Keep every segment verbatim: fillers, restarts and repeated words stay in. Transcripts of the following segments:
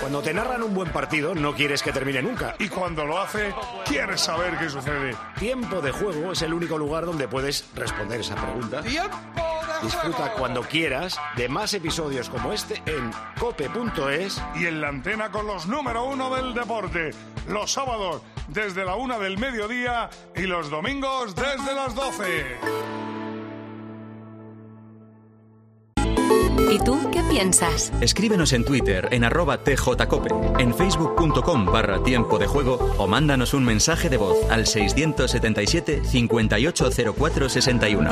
Cuando te narran un buen partido, no quieres que termine nunca. Y cuando lo hace, quieres saber qué sucede. Tiempo de Juego es el único lugar donde puedes responder esa pregunta. ¡Tiempo de Disfruta Juego! cuando quieras de más episodios como este en cope punto es. Y en la antena con los número uno del deporte. Los sábados desde la una del mediodía y los domingos desde las doce. ¿Y tú qué piensas? Escríbenos en Twitter en arroba tjcope, en facebook.com barra tiempo de juego o mándanos un mensaje de voz al seiscientos setenta y siete, cincuenta y ocho cero cuatro sesenta y uno.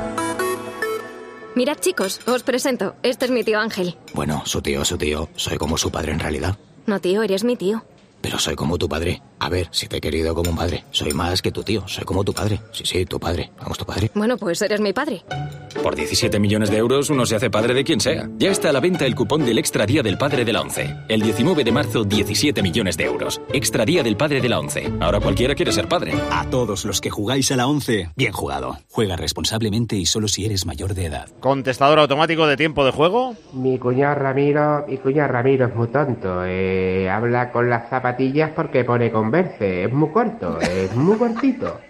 Mirad, chicos, os presento. Este es mi tío Ángel. Bueno, su tío, su tío. Soy como su padre en realidad. No, tío, eres mi tío. Pero soy como tu padre. A ver, si te he querido como un padre. Soy más que tu tío. Soy como tu padre. Sí, sí, tu padre. Vamos, tu padre. Bueno, pues eres mi padre. Por diecisiete millones de euros uno se hace padre de quien sea. Ya está a la venta el cupón del Extra Día del Padre de la ONCE. El diecinueve de marzo, diecisiete millones de euros. Extra Día del Padre de la ONCE. Ahora cualquiera quiere ser padre. A todos los que jugáis a la ONCE, bien jugado. Juega responsablemente y solo si eres mayor de edad. ¿Contestador automático de tiempo de juego? Mi cuñado Ramiro, mi cuñado Ramiro es muy tonto. Eh, habla con las zapatillas porque pone Converse. Es muy corto, es muy cortito.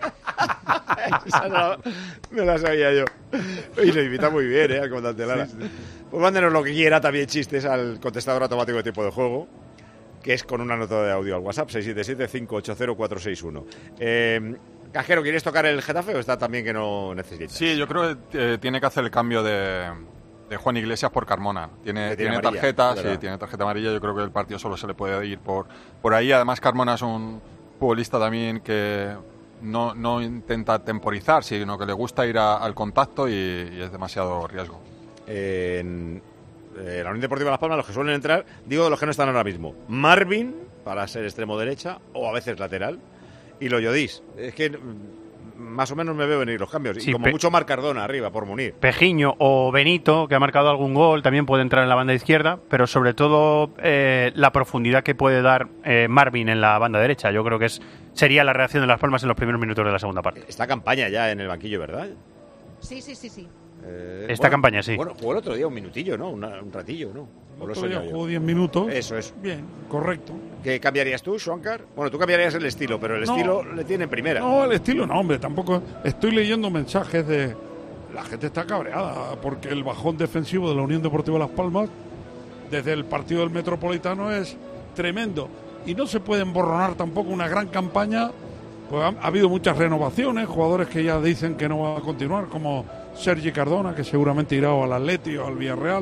Esa no, no la sabía yo. Y lo invita muy bien, ¿eh? Al comandante Lara. Sí, sí. Pues mándenos lo que quiera, también chistes al contestador automático de tiempo de juego, que es con una nota de audio al WhatsApp, seis siete siete, cinco ocho cero, cuatro seis uno. Eh, Cajero, ¿quieres tocar el Getafe o está también que no necesitas? Sí, yo creo que eh, tiene que hacer el cambio de, de Juan Iglesias por Carmona. Tiene, tiene, tiene tarjeta, sí, tiene tarjeta amarilla. Yo creo que el partido solo se le puede ir por, por ahí. Además, Carmona es un futbolista también que no, no intenta temporizar, sino que le gusta ir a, al contacto y, y es demasiado riesgo. Eh, en eh, la Unión Deportiva Las Palmas, los que suelen entrar, digo de los que no están ahora mismo, Marvin, para ser extremo derecha, o a veces lateral, y lo Llodís. Es que más o menos me veo venir los cambios. Sí, y como Pe- mucho Marc Cardona arriba por Munir. Pejiño o Benito, que ha marcado algún gol, también puede entrar en la banda izquierda, pero sobre todo eh, la profundidad que puede dar eh, Marvin en la banda derecha. Yo creo que es sería la reacción de Las Palmas en los primeros minutos de la segunda parte. Esta campaña ya en el banquillo, ¿verdad? Sí, sí, sí, sí. Eh, Esta bueno, campaña, sí. Bueno, jugó el otro día un minutillo, ¿no? Una, un ratillo, ¿no? El otro día jugó diez minutos. Eso es. Bien, correcto. ¿Qué cambiarías tú, Schwankar? Bueno, tú cambiarías el estilo, pero el no, estilo le tiene en primera. No, el estilo no, hombre. Tampoco estoy leyendo mensajes de... La gente está cabreada porque el bajón defensivo de la Unión Deportiva Las Palmas desde el partido del Metropolitano es tremendo. Y no se puede emborronar tampoco una gran campaña. Pues ha, ha habido muchas renovaciones, jugadores que ya dicen que no va a continuar, como Sergi Cardona, que seguramente irá al Atleti o al Villarreal.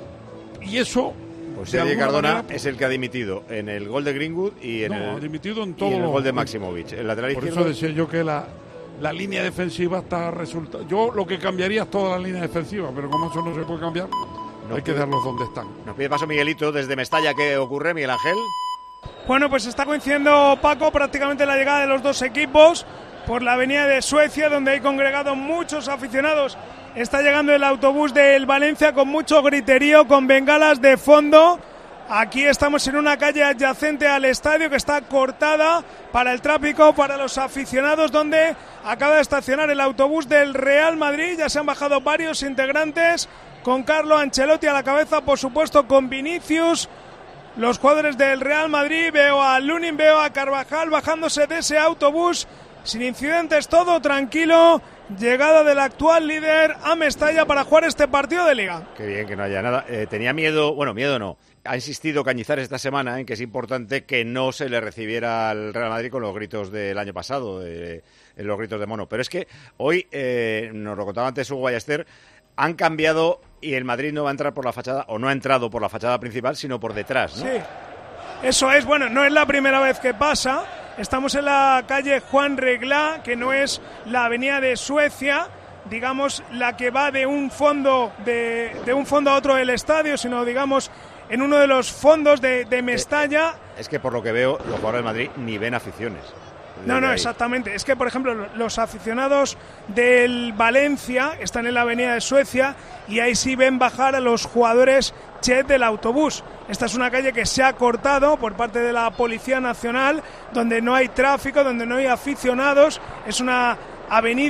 Y eso... Pues Sergi Cardona manera, es el que ha dimitido en el gol de Greenwood y en, no, el, ha dimitido en todo y en el lo, gol de Maximovic. El lateral por izquierdo... eso decía yo que la, la línea defensiva está resultando... Yo lo que cambiaría es toda la línea defensiva, pero como eso no se puede cambiar, no hay pide, que dejarlos donde están. Nos pide paso Miguelito desde Mestalla. ¿Qué ocurre, Miguel Ángel? Bueno, pues está coincidiendo, Paco, prácticamente la llegada de los dos equipos por la avenida de Suecia, donde hay congregados muchos aficionados. Está llegando el autobús del Valencia con mucho griterío, con bengalas de fondo. Aquí estamos en una calle adyacente al estadio que está cortada para el tráfico, para los aficionados, donde acaba de estacionar el autobús del Real Madrid. Ya se han bajado varios integrantes, con Carlo Ancelotti a la cabeza, por supuesto, con Vinicius. Los jugadores del Real Madrid, veo a Lunin, veo a Carvajal bajándose de ese autobús. Sin incidentes, todo tranquilo. Llegada del actual líder a Mestalla para jugar este partido de Liga. Qué bien que no haya nada. Eh, tenía miedo, bueno, miedo no. Ha insistido Cañizares esta semana en que es importante que no se le recibiera al Real Madrid con los gritos del año pasado, eh, los gritos de mono. Pero es que hoy, eh, nos lo contaba antes Hugo Ballester, han cambiado y el Madrid no va a entrar por la fachada, o no ha entrado por la fachada principal, sino por detrás, ¿no? Sí, eso es. Bueno, no es la primera vez que pasa. Estamos en la calle Juan Reglá, que no es la avenida de Suecia, digamos, la que va de un fondo de, de un fondo a otro del estadio, sino, digamos, en uno de los fondos de, de Mestalla. Es que por lo que veo, los jugadores del Madrid ni ven aficiones. No, no, ahí. Exactamente. Es que, por ejemplo, los aficionados del Valencia están en la avenida de Suecia y ahí sí ven bajar a los jugadores Chet del autobús. Esta es una calle que se ha cortado por parte de la Policía Nacional, donde no hay tráfico, donde no hay aficionados. Es una avenida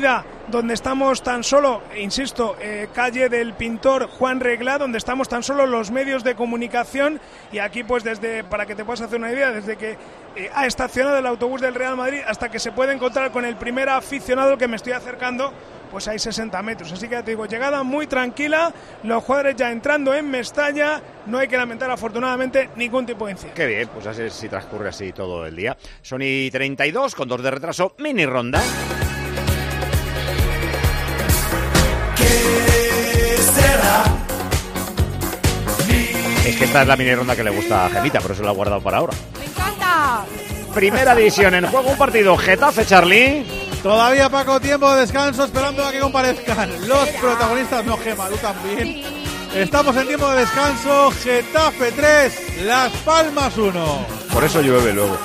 donde estamos tan solo, insisto, eh, calle del Pintor Juan Reglá, donde estamos tan solo los medios de comunicación, y aquí pues desde, para que te puedas hacer una idea, desde que eh, ha estacionado el autobús del Real Madrid hasta que se puede encontrar con el primer aficionado al que me estoy acercando, pues hay sesenta metros, así que ya te digo, llegada muy tranquila, los jugadores ya entrando en Mestalla, no hay que lamentar afortunadamente ningún tipo de incidencia. Qué bien, pues así si transcurre así todo el día. Son y treinta y dos, con dos de retraso, mini ronda. ¿Qué será? Es que esta es la mini ronda que le gusta a Gemita, por eso la ha guardado para ahora. ¡Me encanta! Primera división, en juego un partido, Getafe, Charlie. Todavía, Paco, tiempo de descanso, esperando a que comparezcan los protagonistas. No, Gema, tú también. Estamos en tiempo de descanso. Getafe tres, Las Palmas uno. Por eso llueve luego.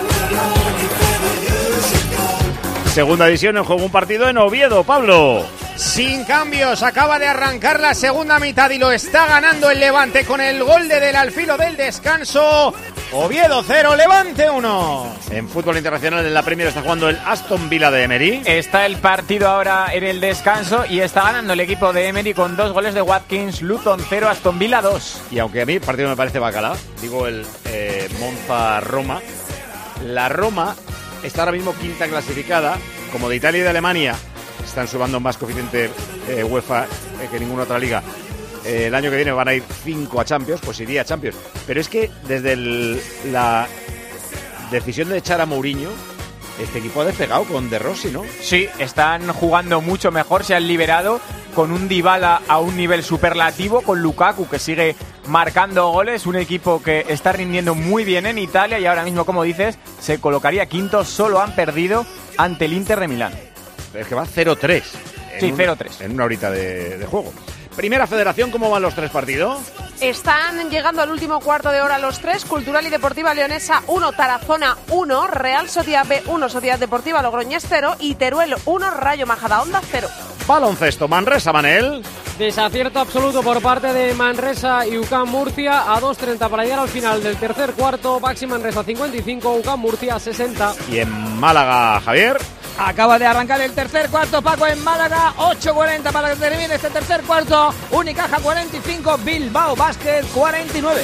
Segunda división, en juego un partido en Oviedo, Pablo. Sin cambios, acaba de arrancar la segunda mitad y lo está ganando el Levante con el gol de Del al filo del descanso. Oviedo cero, Levante uno. En fútbol internacional, en la Premier está jugando el Aston Villa de Emery. Está el partido ahora en el descanso y está ganando el equipo de Emery con dos goles de Watkins. Luton cero, Aston Villa dos. Y aunque a mí el partido me parece bacalá, digo el eh, Monza-Roma, la Roma está ahora mismo quinta clasificada, como de Italia y de Alemania están sumando más coeficiente eh, UEFA eh, que ninguna otra liga. Eh, el año que viene van a ir cinco a Champions, pues iría a Champions. Pero es que desde el, la decisión de echar a Mourinho, este equipo ha despegado con De Rossi, ¿no? Sí, están jugando mucho mejor, se han liberado con un Dybala a un nivel superlativo, con Lukaku que sigue marcando goles, un equipo que está rindiendo muy bien en Italia y ahora mismo, como dices, se colocaría quinto, solo han perdido ante el Inter de Milán. Es que va cero tres. Sí, cero tres. En una horita de, de juego. Primera Federación, ¿cómo van los tres partidos? Están llegando al último cuarto de hora los tres. Cultural y Deportiva Leonesa uno, Tarazona uno, Real Sociedad B uno, Sociedad Deportiva Logroñés cero y Teruel uno, Rayo Majadahonda cero. Baloncesto, Manresa, Manel. Desacierto absoluto por parte de Manresa y U C A M Murcia a dos treinta para llegar al final del tercer cuarto. Baxi Manresa cincuenta y cinco, U C A M Murcia sesenta. Y en Málaga, Javier. Acaba de arrancar el tercer cuarto, Paco, en Málaga, ocho cuarenta para que termine este tercer cuarto. Unicaja cuarenta y cinco, Bilbao Basket cuarenta y nueve.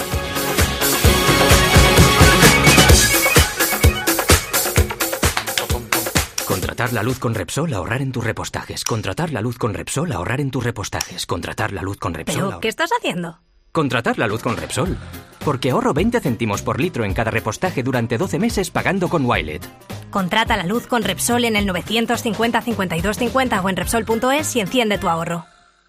Contratar la luz con Repsol, ahorrar en tus repostajes. Contratar la luz con Repsol, ahorrar en tus repostajes. Contratar la luz con Repsol. ¿Pero qué estás haciendo? Contratar la luz con Repsol. Porque ahorro veinte céntimos por litro en cada repostaje durante doce meses pagando con Wilet. Contrata la luz con Repsol en el novecientos cincuenta, cincuenta y dos cincuenta o en Repsol punto es y enciende tu ahorro.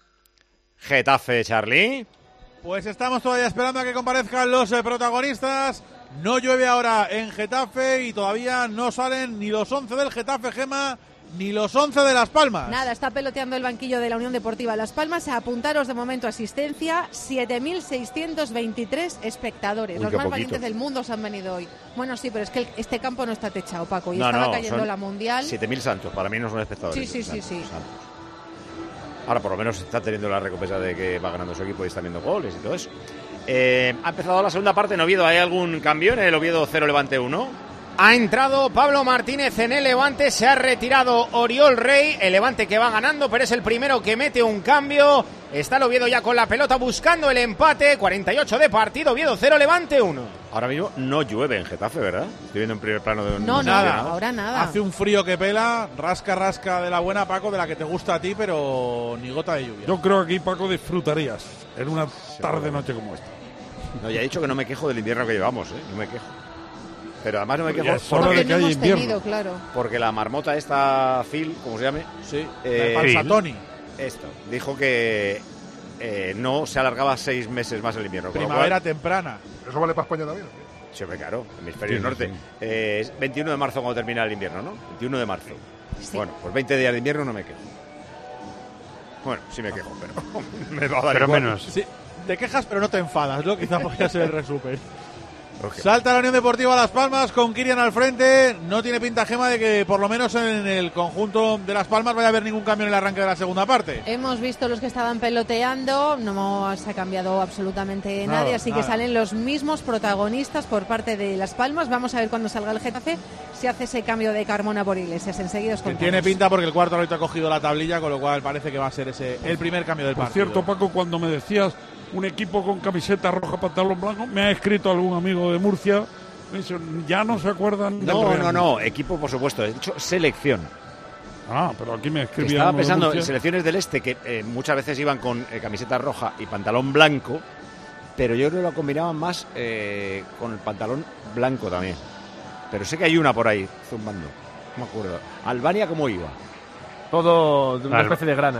Getafe, Charlie. Pues estamos todavía esperando a que comparezcan los eh, protagonistas. No llueve ahora en Getafe y todavía no salen ni los once del Getafe, Gema, ni los once de Las Palmas. Nada, está peloteando el banquillo de la Unión Deportiva Las Palmas. A apuntaros de momento asistencia, siete mil seiscientos veintitrés espectadores. Uy, los más poquito. valientes del mundo se han venido hoy. Bueno, sí, pero es que el, este campo no está techado, Paco, y No, estaba no, cayendo son la Mundial. siete mil santos, para mí no son espectadores. Sí, sí, sí, sí. Santos. Ahora por lo menos está teniendo la recompensa de que va ganando su equipo y está viendo goles y todo eso. Eh, ha empezado la segunda parte en Oviedo. ¿Hay algún cambio en el Oviedo cero Levante uno? Ha entrado Pablo Martínez en el Levante, se ha retirado Oriol Rey, el Levante que va ganando, pero es el primero que mete un cambio. Está el Oviedo ya con la pelota buscando el empate, cuarenta y ocho de partido, Oviedo cero, Levante uno. Ahora mismo no llueve en Getafe, ¿verdad? Estoy viendo en primer plano de un... No, no, Nada. ahora nada. Hace un frío que pela, rasca, rasca de la buena, Paco, de la que te gusta a ti, pero ni gota de lluvia. Yo creo que aquí, Paco, disfrutarías en una tarde-noche como esta. No, ya he dicho que no me quejo del invierno que llevamos, ¿eh? No me quejo. Pero además no me Pero quejo ya es hora de que haya invierno. Tenido, claro. Porque la marmota esta, Phil, como se llame, Sí, eh, falsa Tony. esto, dijo que eh, no se alargaba seis meses más el invierno. con lo Primavera cual- temprana. ¿Eso vale para España también? Sí, hombre, claro, hemisferio Sí, norte. sí. Eh, es veintiuno de marzo cuando termina el invierno, ¿no? veintiuno de marzo. Sí. Bueno, pues veinte días de invierno no me quejo. Bueno, sí me quejo, pero me va a dar Pero igual. menos. Sí, te quejas pero no te enfadas, ¿no? Quizás podría ser el resumen. Salta la Unión Deportiva Las Palmas con Kirian al frente. No tiene pinta, Gema, de que por lo menos en el conjunto de Las Palmas vaya a haber ningún cambio en el arranque de la segunda parte. Hemos visto los que estaban peloteando, no se ha cambiado absolutamente Nada, nadie, así nada. que salen los mismos protagonistas por parte de Las Palmas. Vamos a ver cuando salga el Getafe si hace ese cambio de Carmona por Iglesias. Enseguida os Que contamos. tiene pinta porque el cuarto árbitro ha cogido la tablilla, con lo cual parece que va a ser ese el primer cambio del Por partido. cierto, Paco, cuando me decías un equipo con camiseta roja, pantalón blanco, me ha escrito algún amigo de Murcia. Me dice, ya no se acuerdan del No, Real no, no, equipo por supuesto, he dicho selección. Ah, pero aquí me Que escribía estaba uno de pensando en Murcia. selecciones del este que eh, muchas veces iban con eh, camiseta roja y pantalón blanco, pero yo creo que lo combinaban más eh, con el pantalón blanco también. Pero sé que hay una por ahí zumbando, no me acuerdo. ¿Albania cómo iba? Todo de una Al- especie de grana.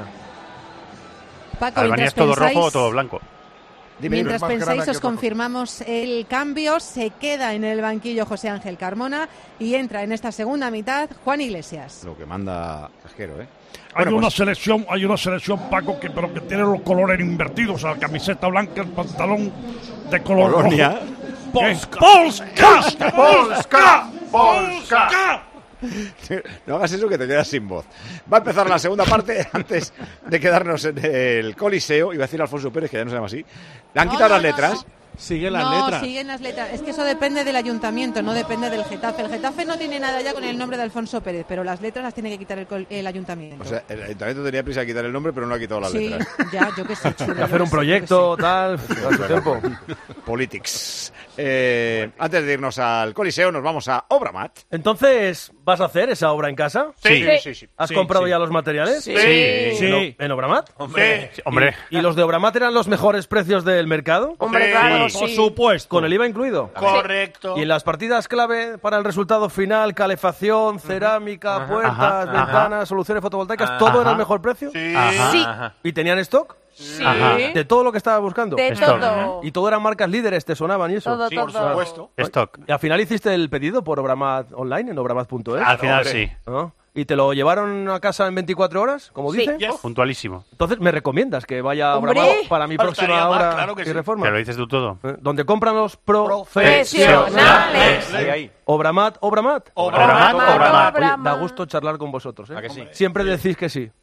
Paco, Albania es mientras todo pensáis- rojo o todo blanco. Dime, Mientras dime. pensáis, os confirmamos el cambio. Se queda en el banquillo José Ángel Carmona y entra en esta segunda mitad Juan Iglesias. Lo que manda Casquero, ¿eh? Hay Bueno, una pues- selección, hay una selección, Paco, que pero que tiene los colores invertidos, o sea, la camiseta blanca, el pantalón de color Polonia. rojo. Polska, Polska, Polska, Polska. No hagas eso que te quedas sin voz. Va a empezar la segunda parte antes de quedarnos en el Coliseo. Iba a decir Alfonso Pérez, que ya no se llama así. Le han No, quitado no, las no, letras. Siguen no, siguen las letras. Es que eso depende del ayuntamiento, no depende del Getafe. El Getafe no tiene nada ya con el nombre de Alfonso Pérez, pero las letras las tiene que quitar el, col- el ayuntamiento. O sea, el ayuntamiento tenía prisa de quitar el nombre, pero no ha quitado las sí, letras. ya, yo qué sé. chulo, yo Hacer qué un sé, proyecto, tal, a su tiempo. Politics. Eh, antes de irnos al Coliseo, nos vamos a Obramat. Entonces, ¿vas a hacer esa obra en casa? Sí, sí, sí. ¿Has Sí, comprado sí. ya los materiales? Sí. Sí. ¿En, o- Sí. en Obramat? Hombre. Sí. Hombre. ¿Y, y los de Obramat eran los mejores precios del mercado? Hombre, claro, Por sí. supuesto. ¿Con el I V A incluido? Correcto. Y en las partidas clave para el resultado final, calefacción, cerámica, Ajá. puertas, Ajá. ventanas, Ajá. soluciones fotovoltaicas, Ajá. ¿todo era el mejor precio? Sí. Ajá. Sí. Ajá. ¿Y tenían stock? Sí. Ajá. De todo lo que estaba buscando. De Stock. todo. Y todo eran marcas líderes, te sonaban y eso. Todo, Sí, por todo. supuesto. Stock. Y al final hiciste el pedido por Obramat online, en obramat punto es. Al final sí. ¿No? ¿Y te lo llevaron a casa en veinticuatro horas, como Sí. dice? Yes. Puntualísimo. Entonces, ¿me recomiendas que vaya a ¡Hombre! Obramat para mi Faltaría próxima más, hora claro que y sí. reforma? Te lo dices tú todo. ¿Eh? Donde compran los Profesionales. profesionales. Ahí, ahí. Obramat, Obramat. Obramat, Obramat. Oye, da gusto charlar con vosotros, ¿eh? ¿A que sí? Siempre decís que sí.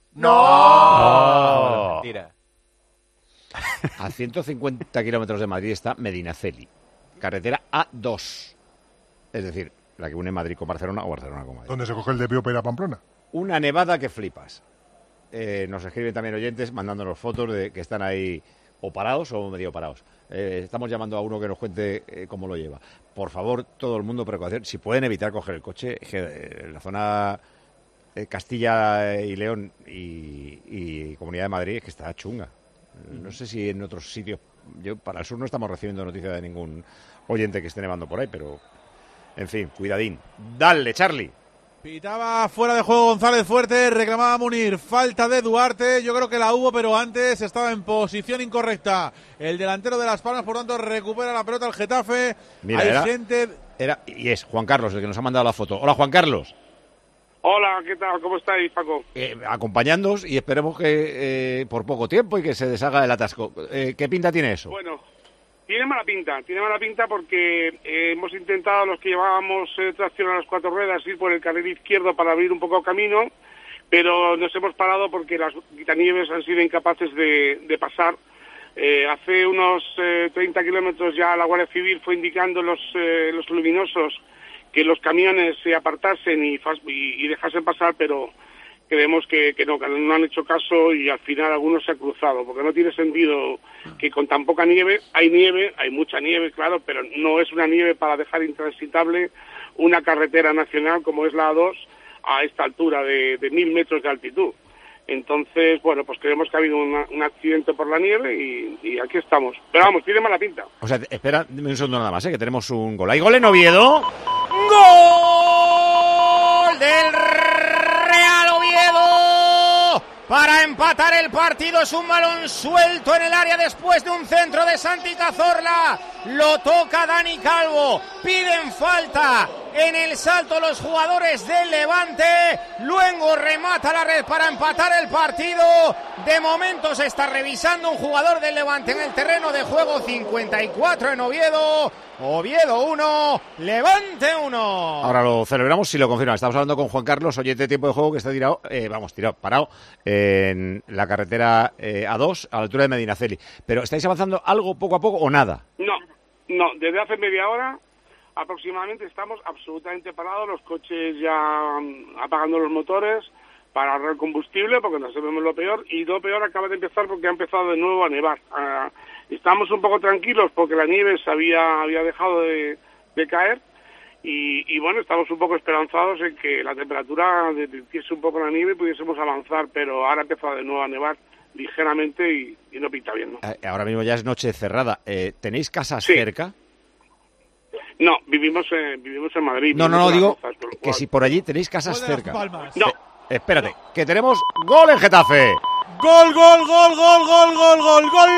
No. Mentira. A ciento cincuenta kilómetros de Madrid está Medinaceli, carretera A dos. Es decir, la que une Madrid con Barcelona o Barcelona con Madrid. ¿Dónde se coge el desvío para ir a Pamplona? Una nevada que flipas. Eh, nos escriben también oyentes mandándonos fotos de que están ahí o parados o medio parados. Eh, estamos llamando a uno que nos cuente eh, cómo lo lleva. Por favor, todo el mundo precaución. Si pueden evitar coger el coche, es que eh, en la zona eh, Castilla y León y, y Comunidad de Madrid es que está chunga. No sé si en otros sitios. Yo para el sur no estamos recibiendo noticias de ningún oyente que esté nevando por ahí, pero en fin, cuidadín. Dale, Charlie. Pitaba fuera de juego González Fuerte, reclamaba Munir, falta de Duarte, yo creo que la hubo, pero antes estaba en posición incorrecta el delantero de Las Palmas, por tanto recupera la pelota el Getafe. Mira, hay era- gente... Era, y es Juan Carlos el que nos ha mandado la foto. Hola, Juan Carlos. Hola, ¿qué tal? ¿Cómo estáis, Paco? Eh, acompañándonos y esperemos que eh, por poco tiempo y que se deshaga el atasco. Eh, ¿Qué pinta tiene eso? Bueno, tiene mala pinta, tiene mala pinta porque eh, hemos intentado los que llevábamos eh, tracción a las cuatro ruedas ir por el carril izquierdo para abrir un poco camino, pero nos hemos parado porque las quitanieves han sido incapaces de, de pasar. Eh, hace unos eh, treinta kilómetros ya la Guardia Civil fue indicando los, eh, los luminosos que los camiones se apartasen y, fas- y, y dejasen pasar, pero creemos que, que no, que no han hecho caso y al final algunos se han cruzado, porque no tiene sentido que con tan poca nieve, hay nieve, hay mucha nieve, claro, pero no es una nieve para dejar intransitable una carretera nacional como es la A dos a esta altura de, de mil metros de altitud. Entonces, bueno, pues creemos que ha habido una- un accidente por la nieve y, y aquí estamos. Pero vamos, tiene mala pinta. O sea, espera, dime un segundo nada más, ¿eh? Que tenemos un gol. ¿Hay gol en Oviedo? ¡Gol del Real Oviedo! Para empatar el partido es un balón suelto en el área después de un centro de Santi Cazorla. Lo toca Dani Calvo. Piden falta en el salto los jugadores del Levante. Luego remata la red para empatar el partido. De momento se está revisando un jugador del Levante en el terreno de juego. cincuenta y cuatro en Oviedo. Oviedo uno, Levante uno. Ahora lo celebramos si lo confirman. Estamos hablando con Juan Carlos, oyente de Tiempo de Juego, que está tirado, eh, vamos, tirado, parado en la carretera eh, A dos, a la altura de Medinaceli. Pero ¿estáis avanzando algo poco a poco o nada? No, no, desde hace media hora aproximadamente estamos absolutamente parados, los coches ya um, apagando los motores para ahorrar combustible, porque no sabemos lo peor, y lo peor acaba de empezar porque ha empezado de nuevo a nevar. Uh, estamos un poco tranquilos porque la nieve se había, había dejado de, de caer, y, y bueno, estamos un poco esperanzados en que la temperatura desciese un poco la nieve y pudiésemos avanzar, pero ahora ha empezado de nuevo a nevar ligeramente y, y no pinta bien, ¿no? Eh, ahora mismo ya es noche cerrada. Eh, ¿Tenéis casas sí. cerca? No, vivimos en, vivimos en Madrid. No, no, no, digo Rozas, que cual... si por allí tenéis casas cerca. No. Eh, espérate, no. que tenemos gol en Getafe. Gol, gol, gol, gol, gol, gol, gol, gol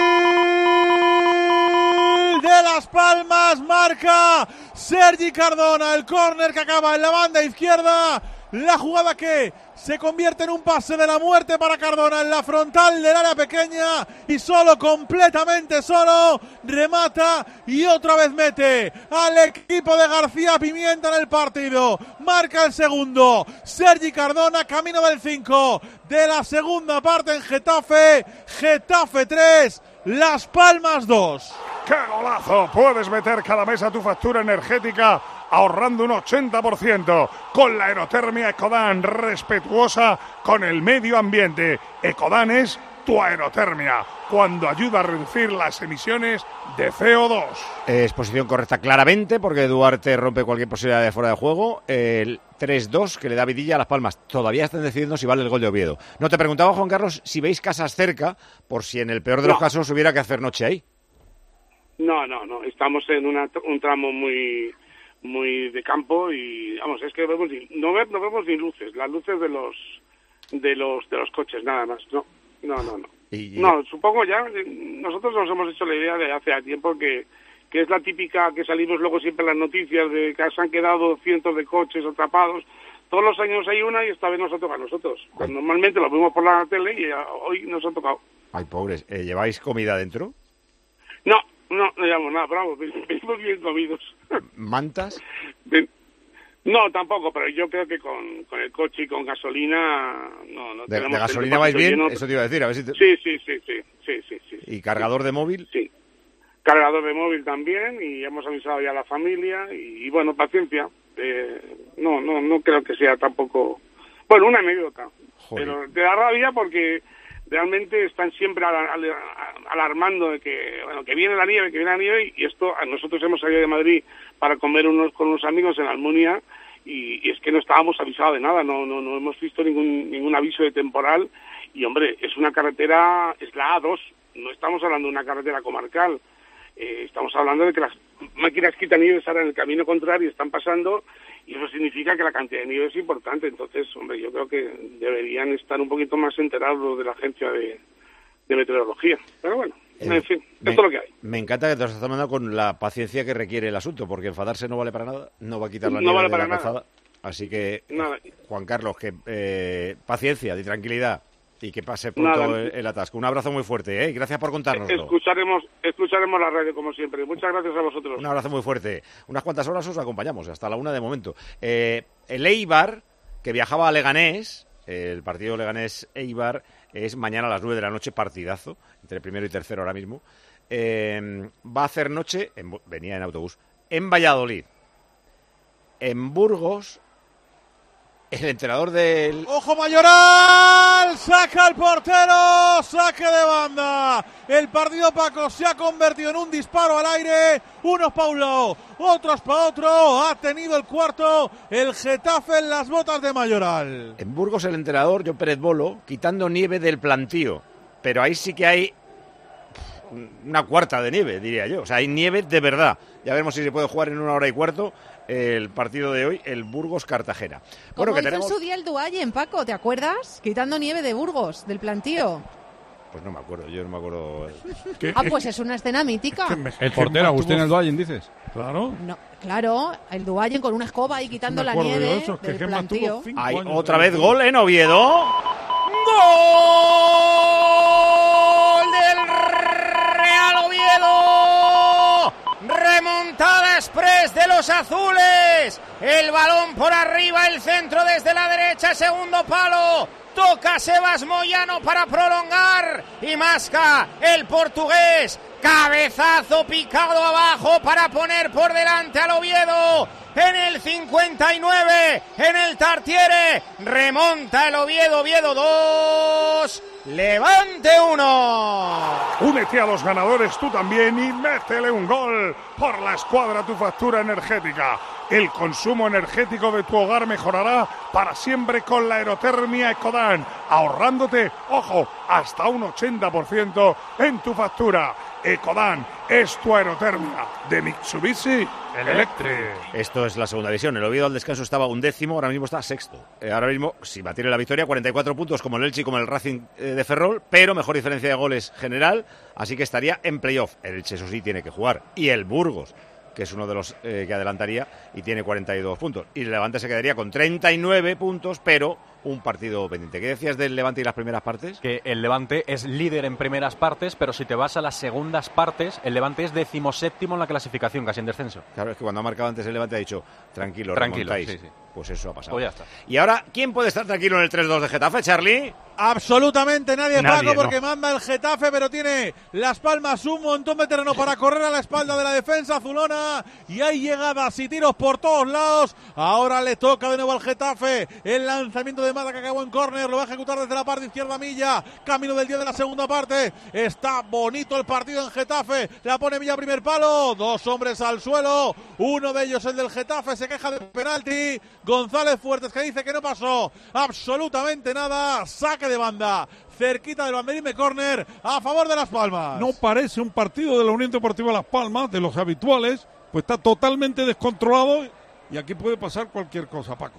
de Las Palmas, marca Sergi Cardona, el córner que acaba en la banda izquierda, la jugada que se convierte en un pase de la muerte para Cardona en la frontal del área pequeña y solo, completamente solo, remata y otra vez mete al equipo de García Pimienta en el partido. Marca el segundo, Sergi Cardona, camino del cinco de la segunda parte en Getafe. Getafe tres, Las Palmas dos. ¡Qué golazo! Puedes meter cada mes a tu factura energética ahorrando un ochenta por ciento con la aerotermia Ecodan, respetuosa con el medio ambiente. Ecodan es tu aerotermia, cuando ayuda a reducir las emisiones de C O dos. Exposición correcta claramente, porque Duarte rompe cualquier posibilidad de fuera de juego. El tres dos que le da vidilla a Las Palmas. Todavía están decidiendo si vale el gol de Oviedo. No, te preguntaba, Juan Carlos, si veis casas cerca, por si en el peor de no. los casos hubiera que hacer noche ahí. No, no, no. Estamos en una, un tramo muy... muy de campo y vamos, es que vemos ni, no, ve, no vemos ni luces, las luces de los de los de los coches nada más, no, no, no, no. Y, no, supongo ya, nosotros nos hemos hecho la idea de hace tiempo que, que es la típica que salimos luego siempre en las noticias de que se han quedado cientos de coches atrapados. Todos los años hay una y esta vez nos ha tocado a nosotros. Pues normalmente lo vemos por la tele y hoy nos ha tocado. Ay, pobres, ¿eh, ¿lleváis comida dentro? No. No, no llevamos nada, bravo, venimos bien comidos. ¿Mantas? No, tampoco, pero yo creo que con, con el coche y con gasolina... no, no ¿De, tenemos de gasolina vais bien? Lleno. Eso te iba a decir, a ver si te... sí, sí, sí, sí, sí, sí, sí. ¿Y cargador de móvil? Sí, cargador de móvil también, y hemos avisado ya a la familia, y, y bueno, paciencia. Eh, no, no, no creo que sea tampoco... Bueno, una anécdota, Joder. Pero te da rabia porque... realmente están siempre al, al, alarmando de que bueno que viene la nieve, que viene la nieve, y esto, nosotros hemos salido de Madrid para comer unos con unos amigos en Almunia, y, y es que no estábamos avisados de nada, no no no hemos visto ningún ningún aviso de temporal, y hombre, es una carretera, es la A dos, no estamos hablando de una carretera comarcal, eh, estamos hablando de que las máquinas quitanieves ahora en el camino contrario están pasando, y eso significa que la cantidad de nieve es importante. Entonces, hombre, yo creo que deberían estar un poquito más enterados de la agencia de, de meteorología. Pero bueno, eh, en fin, me, esto es lo que hay. Me encanta que te lo estás tomando con la paciencia que requiere el asunto, porque enfadarse no vale para nada, no va a quitar la no nieve vale de para la nada. calzada. Así que, nada. Juan Carlos, que eh, paciencia y tranquilidad, y que pase pronto el, el atasco. Un abrazo muy fuerte, ¿eh? Gracias por contárnoslo. Escucharemos, escucharemos la radio como siempre. Muchas gracias a vosotros. Un abrazo muy fuerte. Unas cuantas horas os acompañamos, hasta la una de momento. Eh, el Eibar, que viajaba a Leganés, el partido Leganés-Eibar, es mañana a las nueve de la noche, partidazo, entre primero y tercero ahora mismo. Eh, va a hacer noche, en, venía en autobús, en Valladolid. En Burgos, el entrenador del... ¡Ojo Mayoral! ¡Saca el portero! ¡Saque de banda! El partido, Paco, se ha convertido en un disparo al aire. Unos para un lado, otros para otro. Ha tenido el cuarto el Getafe en las botas de Mayoral. En Burgos, el entrenador, John Pérez Bolo, quitando nieve del plantío. Pero ahí sí que hay una cuarta de nieve, diría yo. O sea, hay nieve de verdad. Ya veremos si se puede jugar en una hora y cuarto el partido de hoy, el Burgos-Cartagena. Bueno, que hizo tenemos... en su día el Duallen, Paco, ¿te acuerdas? Quitando nieve de Burgos, del plantío. Pues no me acuerdo, yo no me acuerdo. Ah, pues es una escena mítica. El portero, Agustín el Duallen, dices. Claro. No, claro, el Duallen con una escoba ahí quitando la nieve de eso, del plantío. Hay otra vez gol en Oviedo. ¡Gol del Real Oviedo! Remonta express de los azules. El balón por arriba, el centro desde la derecha, segundo palo. Toca Sebas Moyano para prolongar y masca el portugués. Cabezazo picado abajo para poner por delante al Oviedo. En el cincuenta y nueve, en el Tartiere, remonta el Oviedo. Oviedo dos, Levante uno. Únete a los ganadores tú también y métele un gol por la escuadra Tu Factura Energética. El consumo energético de tu hogar mejorará para siempre con la aerotermia Ecodan, ahorrándote, ojo, hasta un ochenta por ciento en tu factura. Ecodan es tu aerotermia de Mitsubishi Electric. Esto es la segunda división. El Oviedo al descanso estaba un décimo, ahora mismo está sexto. Eh, ahora mismo, si batiera la victoria, cuarenta y cuatro puntos como el Elche y como el Racing eh, de Ferrol, pero mejor diferencia de goles general, así que estaría en playoff. El Elche, eso sí, tiene que jugar. Y el Burgos, que es uno de los eh, que adelantaría, y tiene cuarenta y dos puntos. Y el Levante se quedaría con treinta y nueve puntos, pero un partido pendiente. ¿Qué decías del Levante y las primeras partes? Que el Levante es líder en primeras partes, pero si te vas a las segundas partes, el Levante es decimoséptimo en la clasificación, casi en descenso. Claro, es que cuando ha marcado antes el Levante ha dicho, tranquilo, tranquilo, remontáis. sí, sí. Pues eso ha pasado. Pues ya está. Y ahora, ¿quién puede estar tranquilo en el tres dos de Getafe, Charlie? Absolutamente nadie, Nadie, Paco, porque no. manda el Getafe, pero tiene Las Palmas un montón de terreno para correr a la espalda de la defensa azulona y hay llegadas y tiros por todos lados. Ahora le toca de nuevo al Getafe el lanzamiento de Mata que acabó en córner, lo va a ejecutar desde la parte izquierda Milla, camino del día de la segunda parte. Está bonito el partido en Getafe, la pone Milla primer palo, dos hombres al suelo, uno de ellos el del Getafe se queja de penalti, González Fuertes que dice que no pasó absolutamente nada, saque de banda, cerquita del banderín de córner a favor de Las Palmas. No parece un partido de la Unión Deportiva Las Palmas, de los habituales, pues está totalmente descontrolado y aquí puede pasar cualquier cosa, Paco.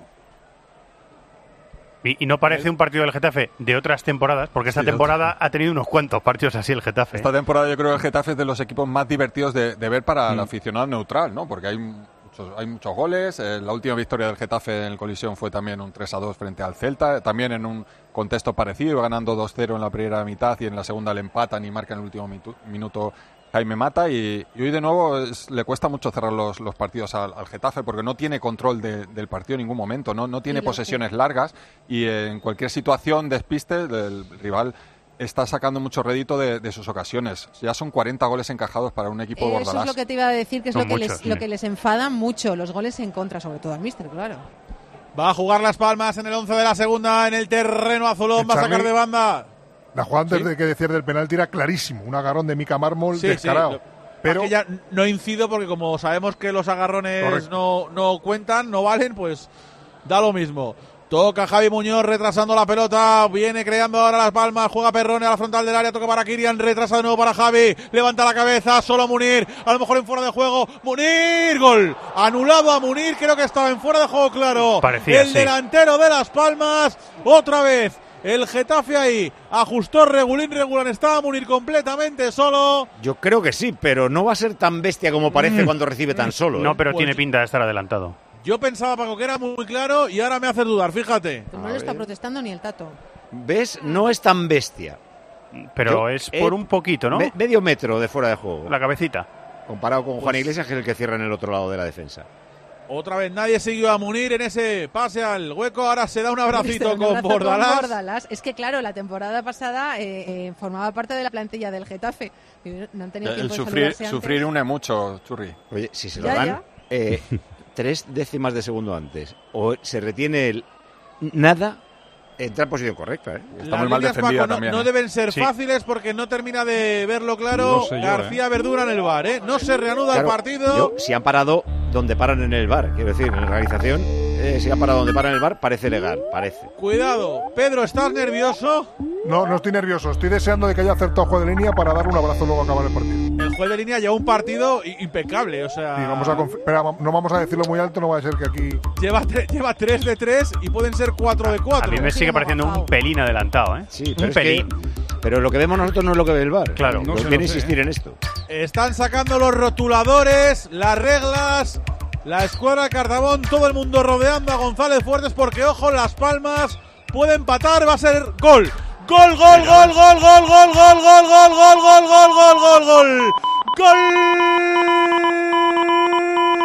Y, y no parece un partido del Getafe de otras temporadas, porque esta Sí, temporada otra. ha tenido unos cuantos partidos así el Getafe. Esta temporada yo creo que el Getafe es de los equipos más divertidos de, de ver para Mm. el aficionado neutral, ¿no? Porque hay muchos, hay muchos goles. Eh, la última victoria del Getafe en el Colisión fue también un tres a dos frente al Celta, también en un contexto parecido, ganando dos cero en la primera mitad y en la segunda le empatan y marcan en el último mitu- minuto Jaime Mata. Y, y hoy de nuevo es, le cuesta mucho cerrar los, los partidos al, al Getafe porque no tiene control de, del partido en ningún momento, no, no tiene Y lo posesiones largas y eh, en cualquier situación despiste del rival está sacando mucho rédito de, de sus ocasiones. Ya son cuarenta goles encajados para un equipo de Eso Bordalás. es lo que te iba a decir, que es Son lo que, muchos, les, sí. lo que les enfada mucho, los goles en contra, sobre todo al míster, claro. Va a jugar Las Palmas en el once de la segunda en el terreno azulón, va a sacar de banda. La jugada antes ¿Sí? de que decir del penalti era clarísimo, un agarrón de Mica Mármol Sí, descarado. sí, lo- pero Aquí ya no incido porque como sabemos que los agarrones no, no cuentan, no valen, pues da lo mismo. Toca Javi Muñoz retrasando la pelota, viene creando ahora Las Palmas, juega Perrone a la frontal del área, toca para Kirian, retrasa de nuevo para Javi, levanta la cabeza, solo Munir, a lo mejor en fuera de juego, Munir, gol, anulado a Munir, creo que estaba en fuera de juego claro, Parecía, el sí. delantero de Las Palmas, otra vez. El Getafe ahí ajustó regulín, regular, estaba Munir completamente solo. Yo creo que sí, pero no va a ser tan bestia como parece Mm. cuando recibe tan solo. No, ¿eh? pero Pues- tiene pinta de estar adelantado. Yo pensaba, Paco, que era muy claro y ahora me hace dudar, fíjate. Pues no lo está protestando ni el Tato. ¿Ves? No es tan bestia. Pero Yo, es eh, por un poquito, ¿no? Me- medio metro de fuera de juego. La cabecita. Comparado con Juan Pues- Iglesias, que es el que cierra en el otro lado de la defensa. Otra vez nadie siguió a Munir en ese pase al hueco, ahora se da un abracito Un con abrazo Bordalás. Bordalás. Es que claro, la temporada pasada eh, eh, formaba parte de la plantilla del Getafe. No han tenido El tiempo de sufrir, saludarse antes. sufrir une mucho, Churri. Oye, si se lo Ya, dan ya. eh, tres décimas de segundo antes o se retiene el nada, entra en posición correcta. ¿eh? Está Las muy mal líneas, defendida Paco, no- también, no, ¿eh? deben ser Sí. fáciles porque no termina de verlo claro No sé yo, García ¿eh? Verdura en el bar, ¿eh? No se reanuda Claro, el partido. yo, si han parado donde paran en el bar, quiero decir, en la organización, eh, si han parado donde paran en el bar, parece legal, parece. Cuidado, Pedro, ¿estás nervioso? no, no estoy nervioso. Estoy deseando de que haya acertado juego de línea para dar un abrazo luego a acabar el partido. El juez de línea lleva un partido i- impecable, o sea, Y vamos a conf- espera, no vamos a decirlo muy alto, no va a ser que aquí. lleva, tre- lleva tres de tres y pueden ser cuatro de cuatro. A mí me sigue pareciendo un pelín adelantado, ¿eh? Sí, pero un es que- pelín. pero lo que vemos nosotros no es lo que ve el bar. Claro. no No se quiere lo sé, insistir ¿eh? en esto. Están sacando los rotuladores, las reglas, la escuadra de Cardamón, todo el mundo rodeando a González Fuertes porque, ojo, Las Palmas puede empatar, va a ser gol. Gol, gol, gol, gol, gol, gol, gol, gol, gol, gol, gol, gol, gol, gol, gol, gol.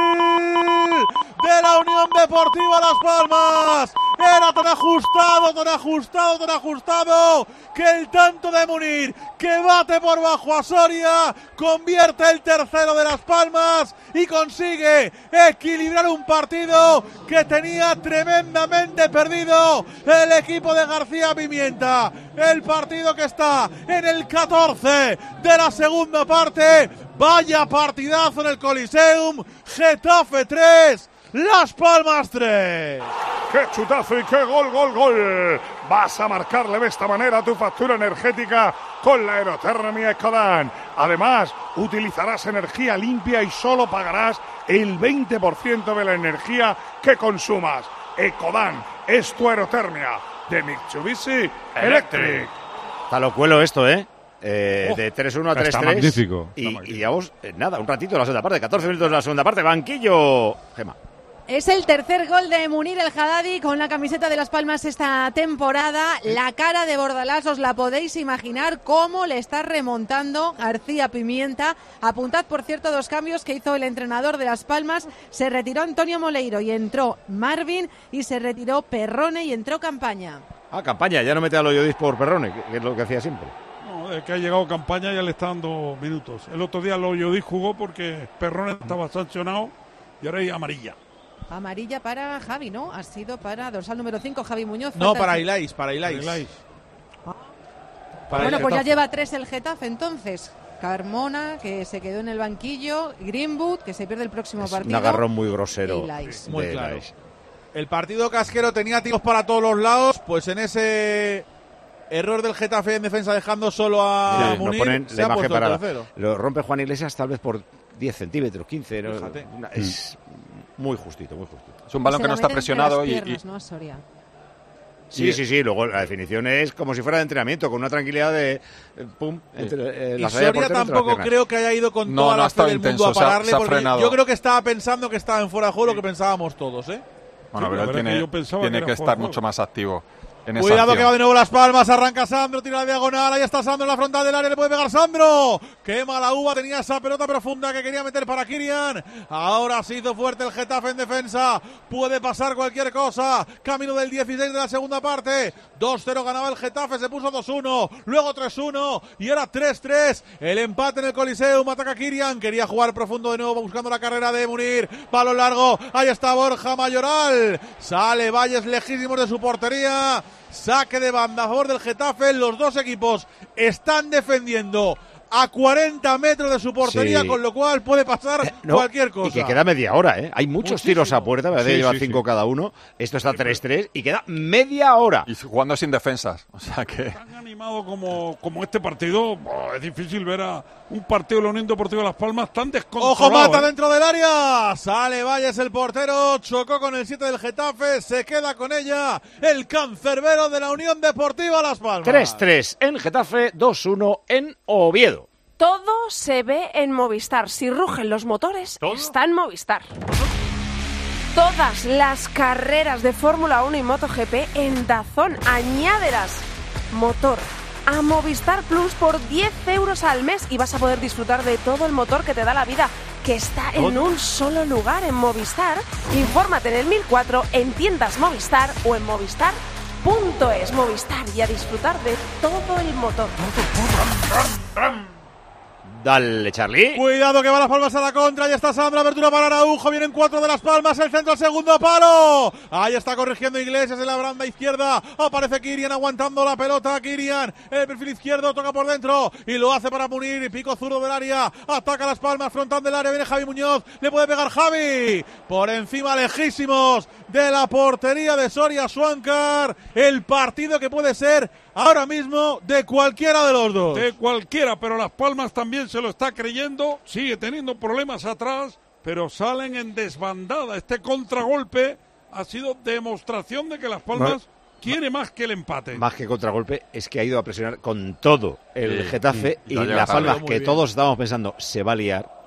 de la Unión Deportiva Las Palmas. Era tan ajustado, tan ajustado, tan ajustado que el tanto de Munir, que bate por bajo a Soria, convierte el tercero de Las Palmas y consigue equilibrar un partido que tenía tremendamente perdido el equipo de García Pimienta. El partido que está en el catorce de la segunda parte. Vaya partidazo en el Coliseum. Getafe tres, Las Palmas tres. ¡Qué chutazo y qué gol, gol, gol! Vas a marcarle de esta manera tu factura energética con la aerotermia Ecodan. Además, utilizarás energía limpia y solo pagarás el veinte por ciento de la energía que consumas. Ecodan es tu aerotermia de Mitsubishi Electric. Está lo cuelo esto, ¿eh? Eh, oh, de tres uno a tres tres. Está magnífico. Y, Está magnífico. y vamos, eh, nada, un ratito de la segunda parte, catorce minutos de la segunda parte. Banquillo, Gema. Es el tercer gol de Munir El Haddadi con la camiseta de Las Palmas esta temporada. La cara de Bordalás os la podéis imaginar cómo le está remontando García Pimienta. Apuntad, por cierto, dos cambios que hizo el entrenador de Las Palmas. Se retiró Antonio Moleiro y entró Marvin, y se retiró Perrone y entró Campaña. Ah, Campaña, ya no mete a Loyodis por Perrone, que, que es lo que hacía siempre. No, es que ha llegado Campaña y ya le está dando minutos. El otro día Loyodis jugó porque Perrone estaba sancionado y ahora hay amarilla. Amarilla para Javi, ¿no? Ha sido para dorsal número cinco, Javi Muñoz. No, para Ilais, para Ilais. Ah. Para bueno, el pues ya Getafe. lleva tres el Getafe, entonces. Carmona, que se quedó en el banquillo. Greenwood, que se pierde el próximo Es partido. un agarrón muy grosero. Y Ilais. Muy de claro. Ilais. El partido casquero tenía tiros para todos los lados, pues en ese error del Getafe en defensa dejando solo a Mira, nos Munir, ponen se la ha imagen puesto para el la- tercero. lo rompe Juan Iglesias tal vez por diez centímetros, quince. ¿no? Fíjate. Una- es muy justito, muy justito. Es un balón Se que la no está mete entre presionado las y, piernas, y- ¿no? A Soria. Sí, sí, sí. Luego la definición es como si fuera de entrenamiento, con una tranquilidad de eh, pum. Entre, eh, Y la salida de Soria portero entre las tampoco piernas. creo que haya ido con No, toda no la ha fe estado del mundo intenso, a se ha- pararle, se ha porque frenado. yo creo que estaba pensando que estaba en fuera de juego, lo que pensábamos todos, ¿eh? Bueno, Sí, pero la él verdad tiene, que yo pensaba tiene que que, era estar juego. mucho más activo en esa Cuidado que acción. va de nuevo Las Palmas, arranca Sandro, tira la diagonal, ahí está Sandro en la frontal del área, le puede pegar Sandro. Quema la uva, tenía esa pelota profunda que quería meter para Kirian. Ahora se hizo fuerte el Getafe en defensa, puede pasar cualquier cosa. Camino del dieciséis de la segunda parte, dos cero ganaba el Getafe, se puso dos uno, luego tres uno y era tres tres. El empate en el Coliseum, ataca Kirian, quería jugar profundo de nuevo buscando la carrera de Munir. Balón largo, ahí está Borja Mayoral. Sale Valles lejísimos de su portería. Saque de banda a favor del Getafe. Los dos equipos están defendiendo a cuarenta metros de su portería, Sí. con lo cual puede pasar Eh, no, cualquier cosa. Y que queda media hora, ¿eh? Hay muchos Muchísimo. tiros a puerta, me parece Sí, que lleva sí, cinco sí. cada uno. Esto está tres tres y queda media hora. Y jugando sin defensas. O sea que. Tan animado como, como este partido, oh, es difícil ver a un partido de la Unión Deportiva Las Palmas tan descontrolado. Ojo, mata ¿eh? dentro del área. Sale Valles, el portero. Chocó con el siete del Getafe. Se queda con ella el cancerbero de la Unión Deportiva Las Palmas. tres tres en Getafe, dos uno en Oviedo. Todo se ve en Movistar. Si rugen los motores, está en Movistar. Todas las carreras de Fórmula uno y MotoGP en DAZN. Añádelas motor a Movistar Plus por diez euros al mes y vas a poder disfrutar de todo el motor que te da la vida, que está en un solo lugar en Movistar. Infórmate en el mil cuatro, en tiendas Movistar o en movistar punto es. Movistar, y a disfrutar de todo el motor. Dale, Charlie. Cuidado que va Las Palmas a la contra. Ahí está Sandra, abertura para Araujo. Vienen cuatro de Las Palmas. El centro al segundo palo. Ahí está corrigiendo Iglesias en la banda izquierda. Aparece Kirian aguantando la pelota. Kirian, el perfil izquierdo, toca por dentro y lo hace para Munir. Pico zurdo del área. Ataca Las Palmas, frontal del área. Viene Javi Muñoz. Le puede pegar Javi. Por encima, lejísimos de la portería de Soria Swankar. El partido que puede ser ahora mismo de cualquiera de los dos. De cualquiera, pero Las Palmas también se lo está creyendo, sigue teniendo problemas atrás, pero salen en desbandada. Este contragolpe ha sido demostración de que Las Palmas Bueno, quiere más que el empate. Más que contragolpe, es que ha ido a presionar con todo el Sí, Getafe sí, y lo ha Las llegado Palmas, muy que bien. todos estábamos pensando, se va a liar,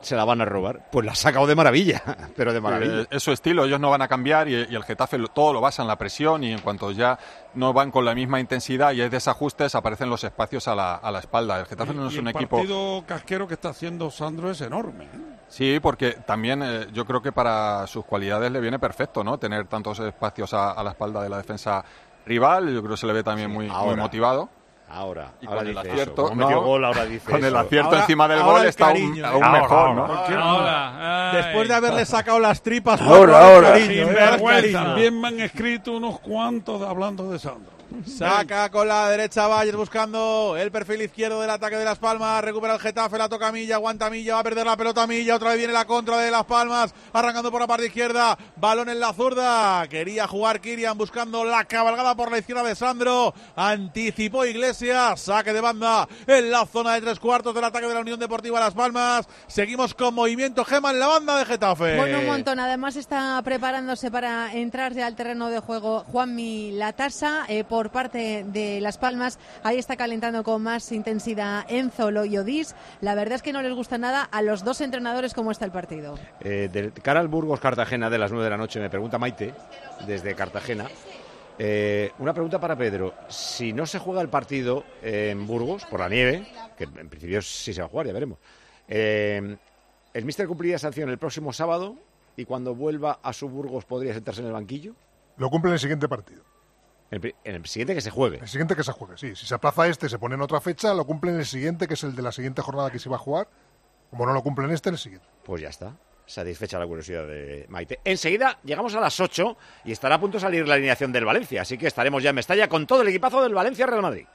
se la van a robar. Pues la ha sacado de maravilla, pero de maravilla. Eh, es su estilo, ellos no van a cambiar y, y el Getafe lo, todo lo basa en la presión y en cuanto ya no van con la misma intensidad y hay desajustes, aparecen los espacios a la, a la espalda. El Getafe y, no es y un el equipo... El partido casquero que está haciendo Sandro es enorme, ¿eh? Sí, porque también eh, yo creo que para sus cualidades le viene perfecto, ¿no? Tener tantos espacios a, a la espalda de la defensa rival, yo creo que se le ve también sí, muy, muy motivado. Ahora, y ahora con el dice acierto, eso. Metió gol, ahora dice con eso. el acierto ahora, encima del gol está aún, aún ahora, mejor, ahora, ¿no? ahora, ahora. Después de haberle sacado las tripas, ahora, ahora. Cariño, Sin también me han escrito unos cuantos hablando de Sandro. Saca con la derecha Valles buscando el perfil izquierdo del ataque de Las Palmas. Recupera el Getafe, la toca Milla, aguanta Milla, va a perder la pelota Milla. Otra vez viene la contra de Las Palmas, arrancando por la parte izquierda. Balón en la zurda. Quería jugar Kirian buscando la cabalgada por la izquierda de Sandro. Anticipó Iglesias. Saque de banda en la zona de tres cuartos del ataque de la Unión Deportiva Las Palmas. Seguimos con movimiento Gema en la banda de Getafe. Bueno, un montón. Además está preparándose para entrar ya al terreno de juego Juanmi Latasa eh, por parte de Las Palmas. Ahí está calentando con más intensidad Enzo Loyodis. La verdad es que no les gusta nada a los dos entrenadores cómo está el partido. Eh, de cara al Burgos Cartagena de las nueve de la noche, me pregunta Maite desde Cartagena. Eh, una pregunta para Pedro. Si no se juega el partido en Burgos por la nieve, que en principio sí se va a jugar, ya veremos, eh, ¿el míster cumpliría sanción el próximo sábado y cuando vuelva a su Burgos podría sentarse en el banquillo? Lo cumple en el siguiente partido. En el siguiente que se juegue. El siguiente que se juegue, sí. Si se aplaza este, se pone en otra fecha, lo cumple en el siguiente, que es el de la siguiente jornada que se va a jugar. Como no lo cumple en este, en el siguiente. Pues ya está. Satisfecha la curiosidad de Maite. Enseguida llegamos a las ocho y estará a punto de salir la alineación del Valencia. Así que estaremos ya en Mestalla con todo el equipazo del Valencia Real Madrid.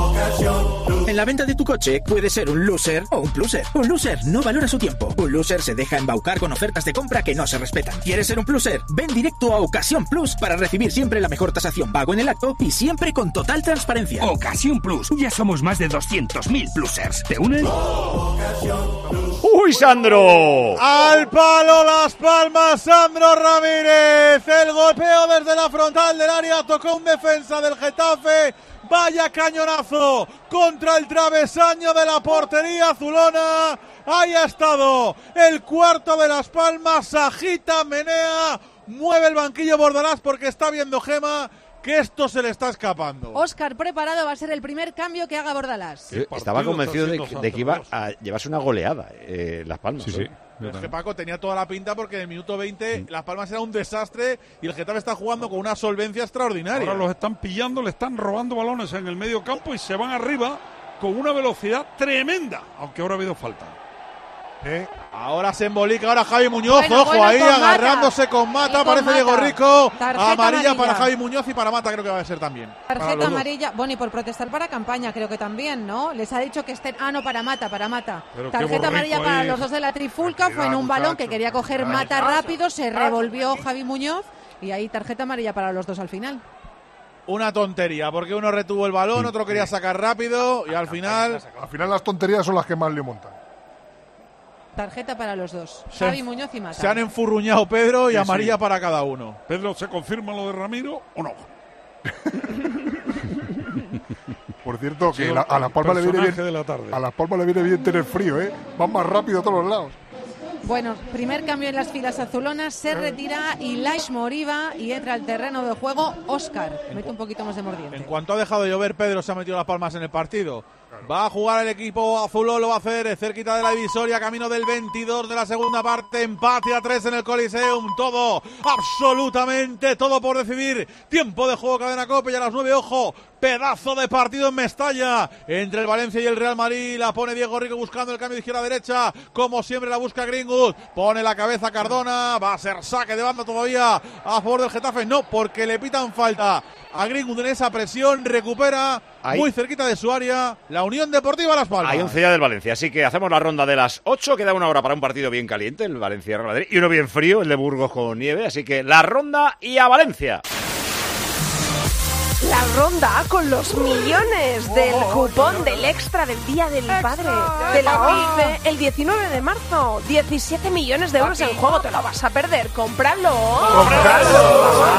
En la venta de tu coche puede ser un loser o un pluser. Un loser no valora su tiempo. Un loser se deja embaucar con ofertas de compra que no se respetan. ¿Quieres ser un pluser? Ven directo a Ocasión Plus para recibir siempre la mejor tasación pago en el acto y siempre con total transparencia. Ocasión Plus. Ya somos más de doscientos mil plusers. ¿Te unes? ¡Uy, Sandro! ¡Al palo Las Palmas, Sandro Ramírez! El golpeo desde la frontal del área, tocó un defensa del Getafe. Vaya cañonazo contra el travesaño de la portería azulona. Ahí ha estado el cuarto de Las Palmas, agita, menea, mueve el banquillo Bordalás porque está viendo Gema que esto se le está escapando. Óscar preparado, va a ser el primer cambio que haga Bordalás. Yo estaba convencido de, de que iba a llevarse una goleada eh, Las Palmas. Sí, sí. Es que Paco tenía toda la pinta porque en el minuto veinte Las Palmas era un desastre y el Getafe está jugando con una solvencia extraordinaria. Ahora los están pillando, le están robando balones en el medio campo y se van arriba con una velocidad tremenda, aunque ahora ha habido falta. ¿Eh? Ahora se embolica, ahora Javi Muñoz, bueno, ojo bueno, ahí, con agarrándose Mata. con Mata, Y aparece con Diego Mata. Rico, Tarjeta amarilla, amarilla para Javi Muñoz y para Mata creo que va a ser también. Tarjeta amarilla, bueno, y por protestar para campaña creo que también, ¿no? Les ha dicho que estén... Ah, no, para Mata, para Mata. Pero Tarjeta amarilla para los dos de la trifulca, fue en un balón que quería coger Mata rápido, se revolvió Javi Muñoz y ahí tarjeta amarilla para los dos al final. Una tontería, porque uno retuvo el balón, otro quería sacar rápido y al final... Al final las tonterías son las que más le montan. Tarjeta para los dos, Se, Javi Muñoz y Mata. Se han enfurruñado Pedro y Sí, amarilla sí. para cada uno. Pedro, ¿se confirma lo de Ramiro o no? Por cierto, que Sí, la, a Las Palmas le viene personaje bien. de la tarde. A Las Palmas le viene bien tener frío, ¿eh? Van más rápido a todos los lados. Bueno, primer cambio en las filas azulonas, se retira Ilaix Moriba y entra al terreno de juego Óscar. Mete un poquito más de mordiente. En cuanto ha dejado de llover, Pedro se ha metido Las Palmas en el partido. Va a jugar el equipo azulón, lo va a hacer cerquita de la divisoria, camino del veintidós de la segunda parte, empate a tres en el Coliseum, todo, absolutamente todo por decidir. Tiempo de juego, cadena COPE y a las nueve, ojo, pedazo de partido en Mestalla, entre el Valencia y el Real Madrid, la pone Diego Rico buscando el cambio de izquierda a derecha, como siempre la busca Greenwood, pone la cabeza Cardona, va a ser saque de banda todavía a favor del Getafe, no, porque le pitan falta a Greenwood en esa presión, recupera Ahí. muy cerquita de su área la Unión Deportiva Las Palmas. Hay once ya del Valencia, así que hacemos la ronda de las ocho, queda una hora para un partido bien caliente, el Valencia Real Madrid, y uno bien frío, el de Burgos con nieve, así que la ronda y a Valencia. La ronda con los millones del cupón del extra del Día del Padre. De la once, el diecinueve de marzo. diecisiete millones de euros en juego. Te lo vas a perder. ¡Cómpralo! ¡Cómpralo!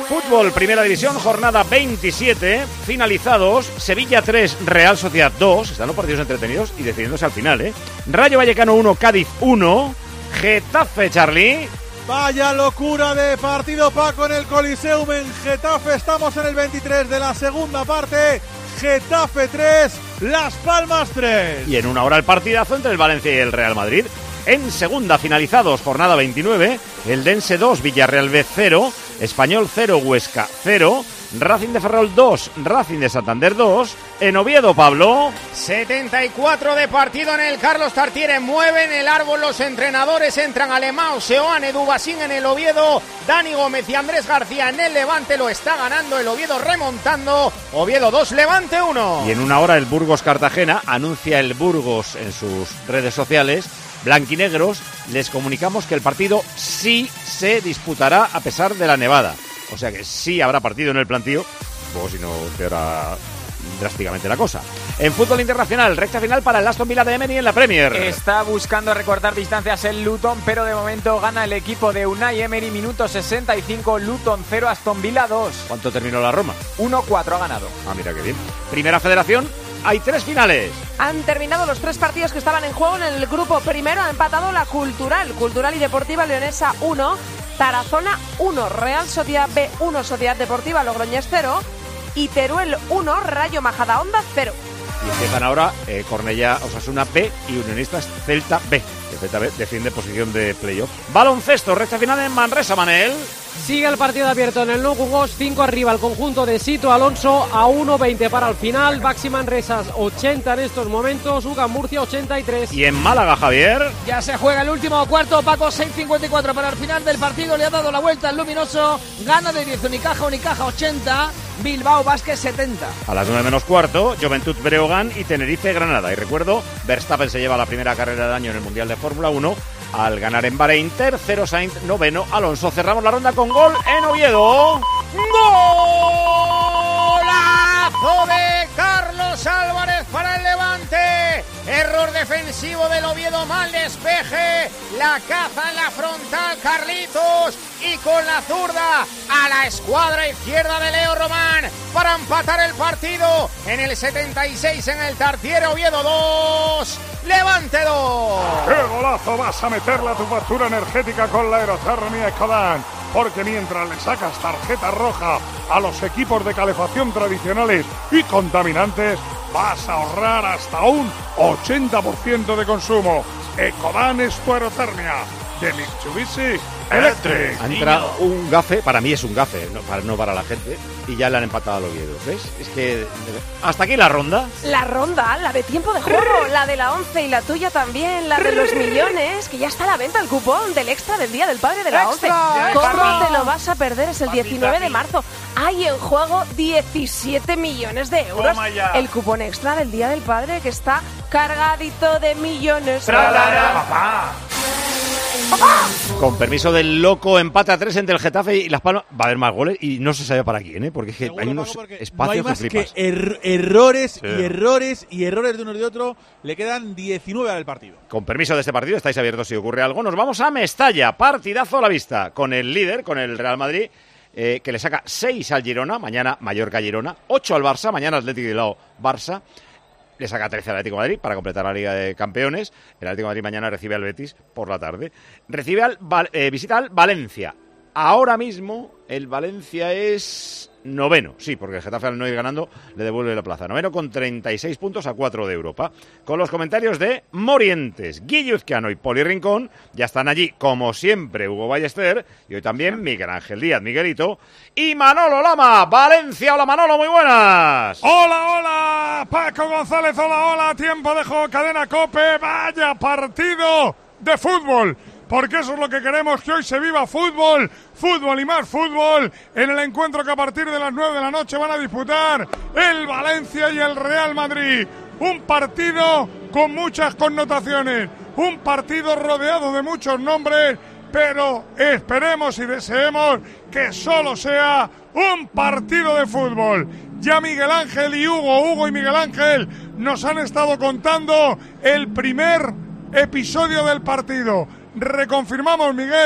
Fútbol, Primera División, jornada veintisiete, finalizados, Sevilla tres, Real Sociedad dos, están los partidos entretenidos y decidiéndose al final, ¿eh? Rayo Vallecano uno, Cádiz uno, Getafe, Charlie. Vaya locura de partido, Paco, en el Coliseum en Getafe. Estamos en el veintitrés de la segunda parte. Getafe tres, Las Palmas tres. Y en una hora el partidazo entre el Valencia y el Real Madrid. En segunda, finalizados, jornada veintinueve, el Dense dos, Villarreal B cero, Español cero, Huesca cero, Racing de Ferrol dos, Racing de Santander dos, en Oviedo, Pablo. setenta y cuatro de partido en el Carlos Tartiere, mueven el árbol los entrenadores, entran Alemão, Seoane, Dubasín en el Oviedo, Dani Gómez y Andrés García en el Levante, lo está ganando el Oviedo remontando, Oviedo dos, Levante uno. Y en una hora el Burgos Cartagena, anuncia el Burgos en sus redes sociales, blanquinegros, les comunicamos que el partido sí se disputará a pesar de la nevada. O sea que sí habrá partido en el plantío, luego si no empeora drásticamente la cosa. En fútbol internacional, recta final para el Aston Villa de Emery en la Premier. Está buscando recortar distancias el Luton, pero de momento gana el equipo de Unai Emery, minuto sesenta y cinco, Luton cero, Aston Villa dos. ¿Cuánto terminó la Roma? uno cuatro ha ganado. Ah, mira qué bien. Primera Federación, hay tres finales. Han terminado los tres partidos que estaban en juego en el grupo. Primero ha empatado la Cultural, Cultural y Deportiva Leonesa uno, Tarazona uno, Real Sociedad B uno, Sociedad Deportiva Logroñés cero y Teruel uno, Rayo Majadahonda cero. Y empiezan ahora eh, Cornellá, Osasuna B y Unionistas Celta B. El Celta B defiende posición de playoff. Baloncesto, recta final en Manresa, Manel. Sigue el partido abierto en el Nou Jugós, cinco arriba el conjunto de Sito Alonso a uno veinte para el final. Baxi Manresas ochenta en estos momentos, UCAM Murcia ochenta y tres. Y en Málaga, Javier. Ya se juega el último cuarto, Paco, seis cincuenta y cuatro para el final del partido, le ha dado la vuelta al Luminoso, gana de diez Unicaja, Unicaja ochenta, Bilbao Basket setenta. A las nueve menos cuarto, Juventud Breogán y Tenerife Granada. Y recuerdo, Verstappen se lleva la primera carrera del año en el Mundial de Fórmula uno al ganar en Bahrein, tercero Sainz, noveno Alonso. Cerramos la ronda con gol en Oviedo. ¡Golazo de Carlos Álvarez para el Levante! Error defensivo del Oviedo, mal despeje, la caza en la frontal Carlitos y con la zurda a la escuadra izquierda de Leo Román para empatar el partido en el setenta y seis en el Tartiere. Oviedo dos, Levante dos. ¡Qué golazo vas a meterle a tu factura energética con la aerotermia Ecodan! Porque mientras le sacas tarjeta roja a los equipos de calefacción tradicionales y contaminantes, vas a ahorrar hasta un ochenta por ciento de consumo. Ecodan es tu aerotermia de Mitsubishi Electric. Ha entrado un gafe, para mí es un gafe, no para, no para la gente, y ya le han empatado al Oviedo, ¿ves? Es que hasta aquí la ronda. La ronda, la de tiempo de juego, la de la once y la tuya también, la de los millones, que ya está a la venta el cupón del extra del Día del Padre de la once. ¿Cómo te lo vas a perder? Es el diecinueve de marzo. Hay en juego diecisiete millones de euros. El cupón extra del Día del Padre que está cargadito de millones. Papá. Con permiso del loco, empate a tres entre el Getafe y Las Palmas. Va a haber más goles y no se sabe para quién, ¿eh? Porque es que Seguro, hay unos Paco, espacios no hay más que que flipas. er- errores Sí. y errores y errores de uno y de otro. Le quedan diecinueve al partido. Con permiso de este partido, estáis abiertos si ocurre algo. Nos vamos a Mestalla, partidazo a la vista, con el líder, con el Real Madrid, eh, que le saca seis al Girona, mañana Mallorca-Girona, ocho al Barça, mañana Atlético de Bilbao Barça. Le saca trece al Atlético de Madrid para completar la Liga de Campeones. El Atlético de Madrid mañana recibe al Betis por la tarde. Recibe al Val- eh, visita al Valencia. Ahora mismo el Valencia es noveno. Sí, porque el Getafe al no ir ganando le devuelve la plaza. Noveno con treinta y seis puntos a cuatro de Europa. Con los comentarios de Morientes, Guilluzcano y Poli Rincón. Ya están allí, como siempre, Hugo Ballester. Y hoy también Miguel Ángel Díaz, Miguelito. Y Manolo Lama, Valencia. Hola Manolo, muy buenas. Hola, hola, Paco González, hola, hola, tiempo de juego, cadena COPE, vaya partido de fútbol, porque eso es lo que queremos, que hoy se viva fútbol, fútbol y más fútbol, en el encuentro que a partir de las nueve de la noche van a disputar el Valencia y el Real Madrid, un partido con muchas connotaciones, un partido rodeado de muchos nombres, pero esperemos y deseemos que solo sea un partido de fútbol. Ya Miguel Ángel y Hugo, Hugo y Miguel Ángel nos han estado contando el primer episodio del partido. Reconfirmamos, Miguel,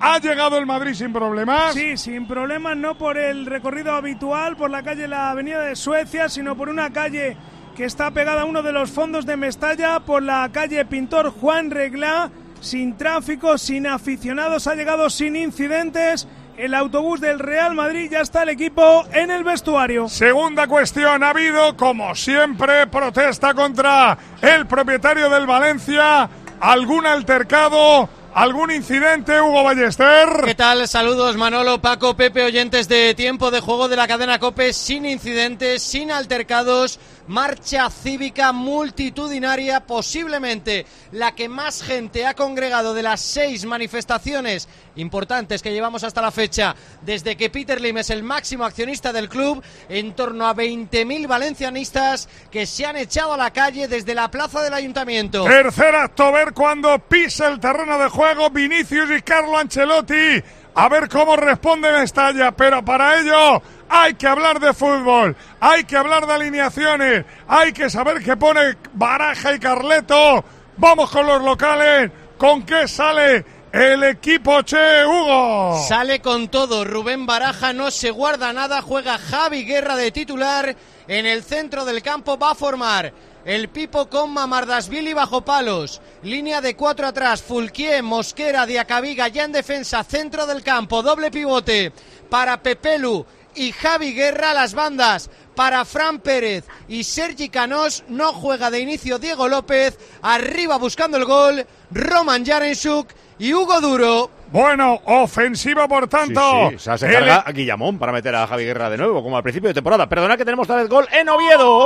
¿Ha llegado el Madrid sin problemas? Sí, sin problemas, no por el recorrido habitual, por la calle La Avenida de Suecia, sino por una calle que está pegada a uno de los fondos de Mestalla, por la calle Pintor Juan Reglá, sin tráfico, sin aficionados, ha llegado sin incidentes. El autobús del Real Madrid, ya está el equipo en el vestuario. Segunda cuestión, ha habido, como siempre, protesta contra el propietario del Valencia. ¿Algún altercado? ¿Algún incidente, Hugo Ballester? ¿Qué tal? Saludos, Manolo, Paco, Pepe, oyentes de Tiempo de Juego de la cadena COPE. Sin incidentes, sin altercados, marcha cívica multitudinaria, posiblemente la que más gente ha congregado de las seis manifestaciones importantes que llevamos hasta la fecha, desde que Peter Lim es el máximo accionista del club. En torno a veinte mil valencianistas que se han echado a la calle desde la plaza del Ayuntamiento. Tercer acto, ver cuando pisa el terreno de juego Vinicius y Carlo Ancelotti. A ver cómo responde Mestalla, pero para ello hay que hablar de fútbol, hay que hablar de alineaciones, hay que saber qué pone Baraja y Carleto. Vamos con los locales. ¿Con qué sale el equipo, che, Hugo? Sale con todo. Rubén Baraja no se guarda nada. Juega Javi Guerra de titular. En el centro del campo va a formar el Pipo con Mamardashvili bajo palos. Línea de cuatro atrás. Fulquier, Mosquera, Diacabiga ya en defensa. Centro del campo. Doble pivote para Pepelu y Javi Guerra. Las bandas para Fran Pérez y Sergi Canós. No juega de inicio Diego López. Arriba buscando el gol Roman Jarenchuk y Hugo Duro. Bueno, ofensiva por tanto. Sí, sí. O sea, se el... carga a Guillamón para meter a Javi Guerra de nuevo, como al principio de temporada. Perdona que tenemos tal vez gol en Oviedo.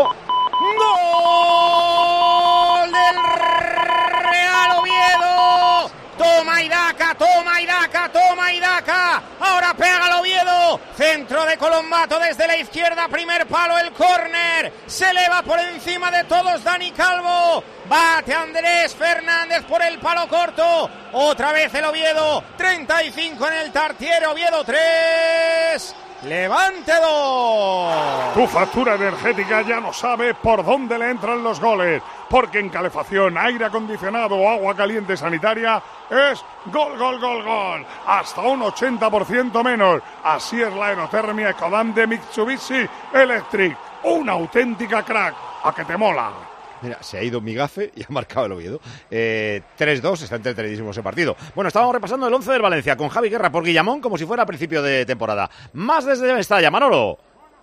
¡Gol del Real Oviedo! Toma Idaca, toma Idaca, toma Idaca. Ahora pega el Oviedo. Centro de Colombato desde la izquierda. Primer palo, el córner. Se eleva por encima de todos Dani Calvo. Bate Andrés Fernández por el palo corto. Otra vez el Oviedo. treinta y cinco en el Tartiere. Oviedo tres. Levante dos. Tu factura energética ya no sabe por dónde le entran los goles, porque en calefacción, aire acondicionado o agua caliente sanitaria es gol, gol, gol, gol. Hasta un ochenta por ciento menos. Así es la aerotermia Ecodan de Mitsubishi Electric. Una auténtica crack. ¿A que te mola? Mira, se ha ido mi gafe y ha marcado el Oviedo. Eh, tres dos, está entretenidísimo ese partido. Bueno, estábamos repasando el once del Valencia con Javi Guerra por Guillamón como si fuera a principio de temporada. Más desde Mestalla, Manolo.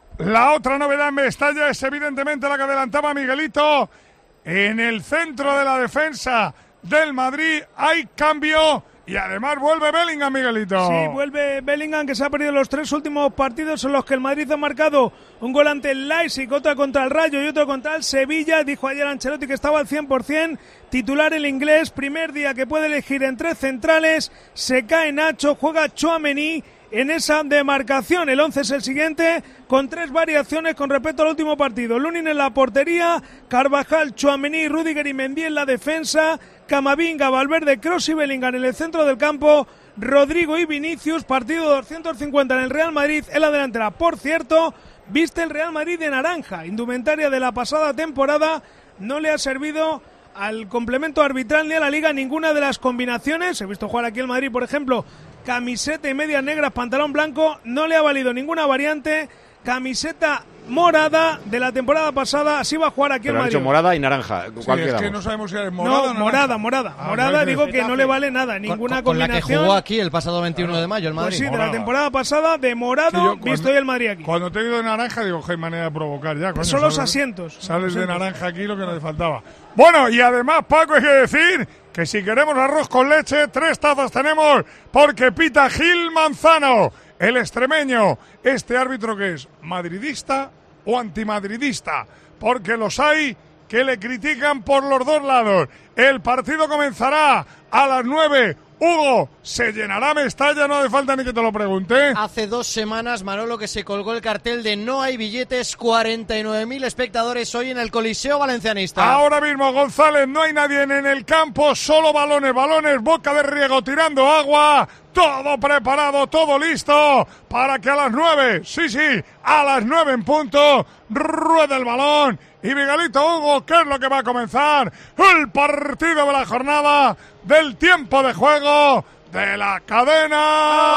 La otra novedad en Mestalla es evidentemente la que adelantaba Miguelito. En el centro de la defensa del Madrid hay cambio. Y además vuelve Bellingham, Miguelito. Sí, vuelve Bellingham, que se ha perdido los tres últimos partidos en los que el Madrid ha marcado un gol ante el Leipzig, otro contra el Rayo y otro contra el Sevilla. Dijo ayer Ancelotti que estaba al cien por ciento. Titular el inglés, primer día que puede elegir entre centrales. Se cae Nacho, juega Tchouaméni en esa demarcación. El once es el siguiente, con tres variaciones con respecto al último partido. Lunin en la portería, Carvajal, Tchouaméni, Rüdiger y Mendy en la defensa, Camavinga, Valverde, Kroos y Bellingham en el centro del campo, Rodrigo y Vinicius. Partido doscientos cincuenta en el Real Madrid en la delantera. Por cierto, viste el Real Madrid de naranja, indumentaria de la pasada temporada. No le ha servido al complemento arbitral ni a la Liga ninguna de las combinaciones. He visto jugar aquí el Madrid, por ejemplo, camiseta y medias negras, pantalón blanco. No le ha valido ninguna variante. Camiseta morada de la temporada pasada, así va a jugar aquí Pero el Madrid. han hecho morada y naranja. ¿Cuál sí, es que no sabemos si es morada no, o morada, morada. Ah, morada, no, digo no, que no, no le vale nada, ninguna con, con combinación. Con la que jugó aquí el pasado veintiuno claro. de mayo el Madrid. Pues sí, morada. de la temporada pasada, de morado, sí, yo, cuando, visto hoy el Madrid aquí. Cuando te he ido de naranja, digo, que hay manera de provocar ya. Coño, Son los sales, asientos. Sales los de asientos. naranja aquí, lo que nos faltaba. Bueno, y además, Paco, hay que decir que si queremos arroz con leche, tres tazas tenemos, porque pita Gil Manzano, el extremeño, este árbitro que es madridista o antimadridista, porque los hay que le critican por los dos lados. El partido comenzará a las nueve. Hugo, ¿se llenará Mestalla? No hace falta ni que te lo pregunte. Hace dos semanas, Manolo, que se colgó el cartel de no hay billetes, cuarenta y nueve mil espectadores hoy en el Coliseo Valencianista. Ahora mismo, González, no hay nadie en el campo, solo balones, balones, boca de riego tirando agua. Todo preparado, todo listo para que a las nueve, sí, sí, a las nueve en punto, ruede el balón. Y Miguelito, Hugo, ¿qué es lo que va a comenzar? El partido de la jornada, del tiempo de juego de la cadena.